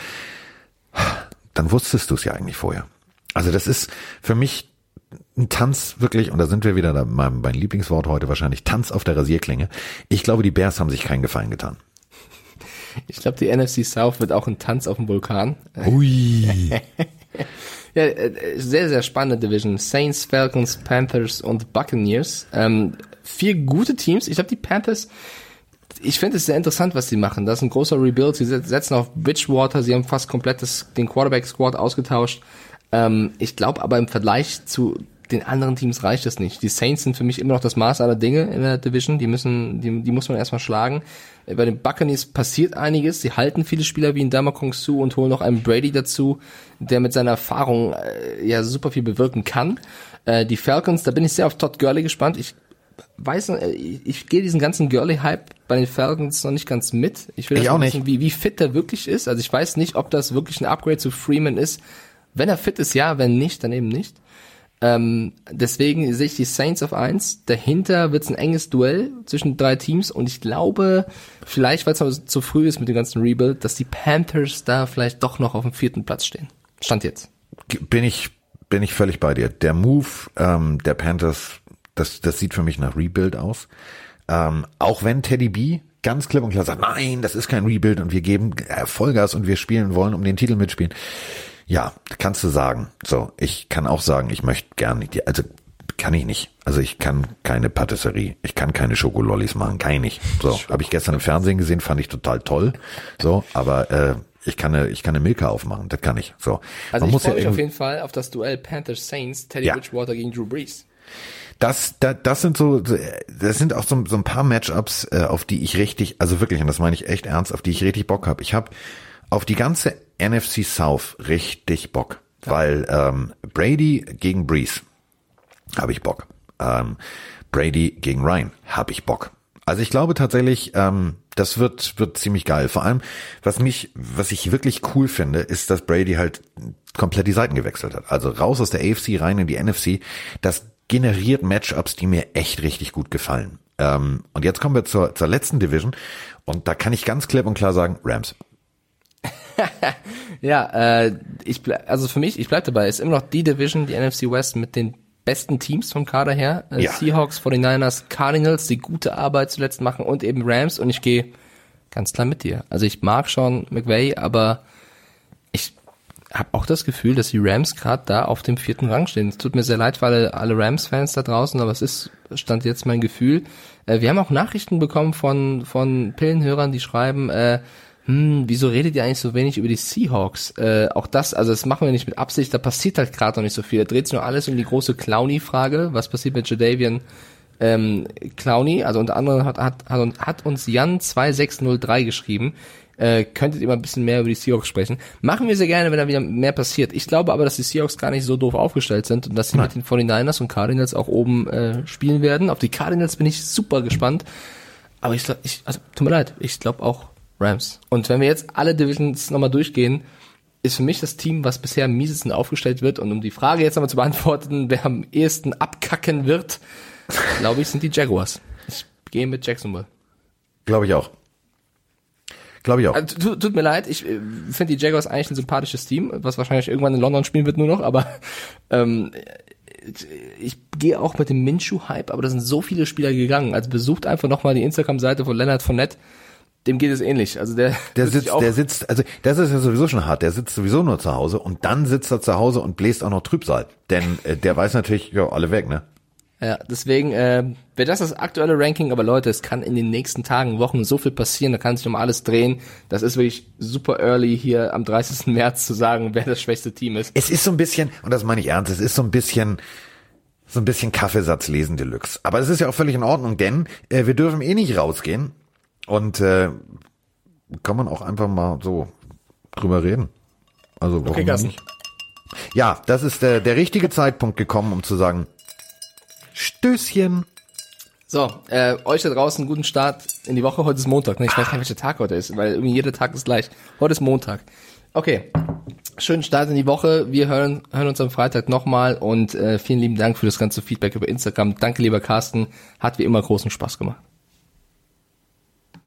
dann wusstest du es ja eigentlich vorher. Also das ist für mich ein Tanz wirklich, und da sind wir wieder da, mein Lieblingswort heute wahrscheinlich, Tanz auf der Rasierklinge. Ich glaube, die Bears haben sich keinen Gefallen getan. Ich glaube, die NFC South wird auch ein Tanz auf dem Vulkan. Ui. Ja, sehr, sehr spannende Division. Saints, Falcons, Panthers und Buccaneers. 4 gute Teams. Ich glaube, die Panthers, ich finde es sehr interessant, was sie machen. Das ist ein großer Rebuild. Sie setzen auf Bridgewater. Sie haben fast komplett den Quarterback-Squad ausgetauscht. Ich glaube aber im Vergleich zu den anderen Teams reicht das nicht. Die Saints sind für mich immer noch das Maß aller Dinge in der Division. Die muss man erstmal schlagen. Bei den Buccaneers passiert einiges. Sie halten viele Spieler wie in Ndamukong Suh und holen noch einen Brady dazu, der mit seiner Erfahrung super viel bewirken kann. Die Falcons, da bin ich sehr auf Todd Gurley gespannt. Ich gehe diesen ganzen Gurley-Hype bei den Falcons noch nicht ganz mit. Ich will auch wissen, wie fit der wirklich ist. Also ich weiß nicht, ob das wirklich ein Upgrade zu Freeman ist. Wenn er fit ist, ja. Wenn nicht, dann eben nicht. Deswegen sehe ich die Saints auf 1. Dahinter wird es ein enges Duell zwischen 3 Teams und ich glaube, vielleicht, weil es noch zu früh ist mit dem ganzen Rebuild, dass die Panthers da vielleicht doch noch auf dem 4. Platz stehen. Stand jetzt. Bin ich völlig bei dir. Der Move der Panthers, das sieht für mich nach Rebuild aus. Auch wenn Teddy B ganz klipp und klar sagt, nein, das ist kein Rebuild und wir geben Vollgas und wir spielen wollen, um den Titel mitspielen. Ja, kannst du sagen. So, ich kann auch sagen, ich möchte gerne, also kann ich nicht. Also ich kann keine Patisserie, ich kann keine Schokolollis machen, kann ich nicht. So, habe ich gestern im Fernsehen gesehen, fand ich total toll. So, aber ich kann eine Milka aufmachen, das kann ich. So. Also ich freue mich auf jeden Fall auf das Duell Panthers Saints, Teddy Bridgewater gegen Drew Brees. Das sind auch so ein paar Matchups, auf die ich richtig, also wirklich, und das meine ich echt ernst, auf die ich richtig Bock habe. Ich habe auf die ganze NFC South richtig Bock, weil Brady gegen Brees habe ich Bock. Brady gegen Ryan habe ich Bock. Also ich glaube tatsächlich, das wird ziemlich geil. Vor allem, was ich wirklich cool finde, ist, dass Brady halt komplett die Seiten gewechselt hat. Also raus aus der AFC rein in die NFC. Das generiert Matchups, die mir echt richtig gut gefallen. Und jetzt kommen wir zur letzten Division. Und da kann ich ganz klipp und klar sagen, Rams. Ja, also für mich, ich bleib dabei, ist immer noch die Division, die NFC West mit den besten Teams vom Kader her. Seahawks, 49ers, Cardinals, die gute Arbeit zuletzt machen und eben Rams. Und ich gehe ganz klar mit dir. Also ich mag Sean McVay, aber ich habe auch das Gefühl, dass die Rams gerade da auf dem 4. Rang stehen. Es tut mir sehr leid für alle Rams-Fans da draußen, aber stand jetzt mein Gefühl. Wir haben auch Nachrichten bekommen von Pillenhörern, die schreiben, wieso redet ihr eigentlich so wenig über die Seahawks? Auch das machen wir nicht mit Absicht, da passiert halt gerade noch nicht so viel. Da dreht sich nur alles um die große Clowney-Frage. Was passiert mit Jadeveon Clowney? Also unter anderem hat uns Jan 2603 geschrieben. Könntet ihr mal ein bisschen mehr über die Seahawks sprechen? Machen wir sehr gerne, wenn da wieder mehr passiert. Ich glaube aber, dass die Seahawks gar nicht so doof aufgestellt sind und dass sie mit den 49ers und Cardinals auch oben spielen werden. Auf die Cardinals bin ich super gespannt. Aber tut mir leid, ich glaube auch Rams. Und wenn wir jetzt alle Divisions nochmal durchgehen, ist für mich das Team, was bisher am miesesten aufgestellt wird. Und um die Frage jetzt nochmal zu beantworten, wer am ehesten abkacken wird, glaube ich, sind die Jaguars. Ich gehe mit Jacksonville. Glaube ich auch. Also, tut mir leid, ich finde die Jaguars eigentlich ein sympathisches Team, was wahrscheinlich irgendwann in London spielen wird nur noch, aber ich gehe auch mit dem Minshew-Hype, aber da sind so viele Spieler gegangen. Also besucht einfach nochmal die Instagram-Seite von Leonard Fournette. Dem geht es ähnlich. Also der sitzt, also das ist ja sowieso schon hart. Der sitzt sowieso nur zu Hause und dann sitzt er zu Hause und bläst auch noch Trübsal. Denn der weiß natürlich, ja, alle weg, ne? Ja, deswegen wäre das aktuelle Ranking, aber Leute, es kann in den nächsten Tagen, Wochen so viel passieren, da kann sich um alles drehen. Das ist wirklich super early hier am 30. März zu sagen, wer das schwächste Team ist. Es ist so ein bisschen, und das meine ich ernst, es ist so ein bisschen Kaffeesatz lesen Deluxe. Aber es ist ja auch völlig in Ordnung, denn wir dürfen eh nicht rausgehen. Und kann man auch einfach mal so drüber reden. Also warum nicht? Ja, das ist der richtige Zeitpunkt gekommen, um zu sagen, Stößchen. So, euch da draußen einen guten Start in die Woche. Heute ist Montag. Ne? Ich weiß gar nicht, welcher Tag heute ist, weil irgendwie jeder Tag ist gleich. Heute ist Montag. Okay, schönen Start in die Woche. Wir hören uns am Freitag nochmal und vielen lieben Dank für das ganze Feedback über Instagram. Danke, lieber Carsten. Hat wie immer großen Spaß gemacht.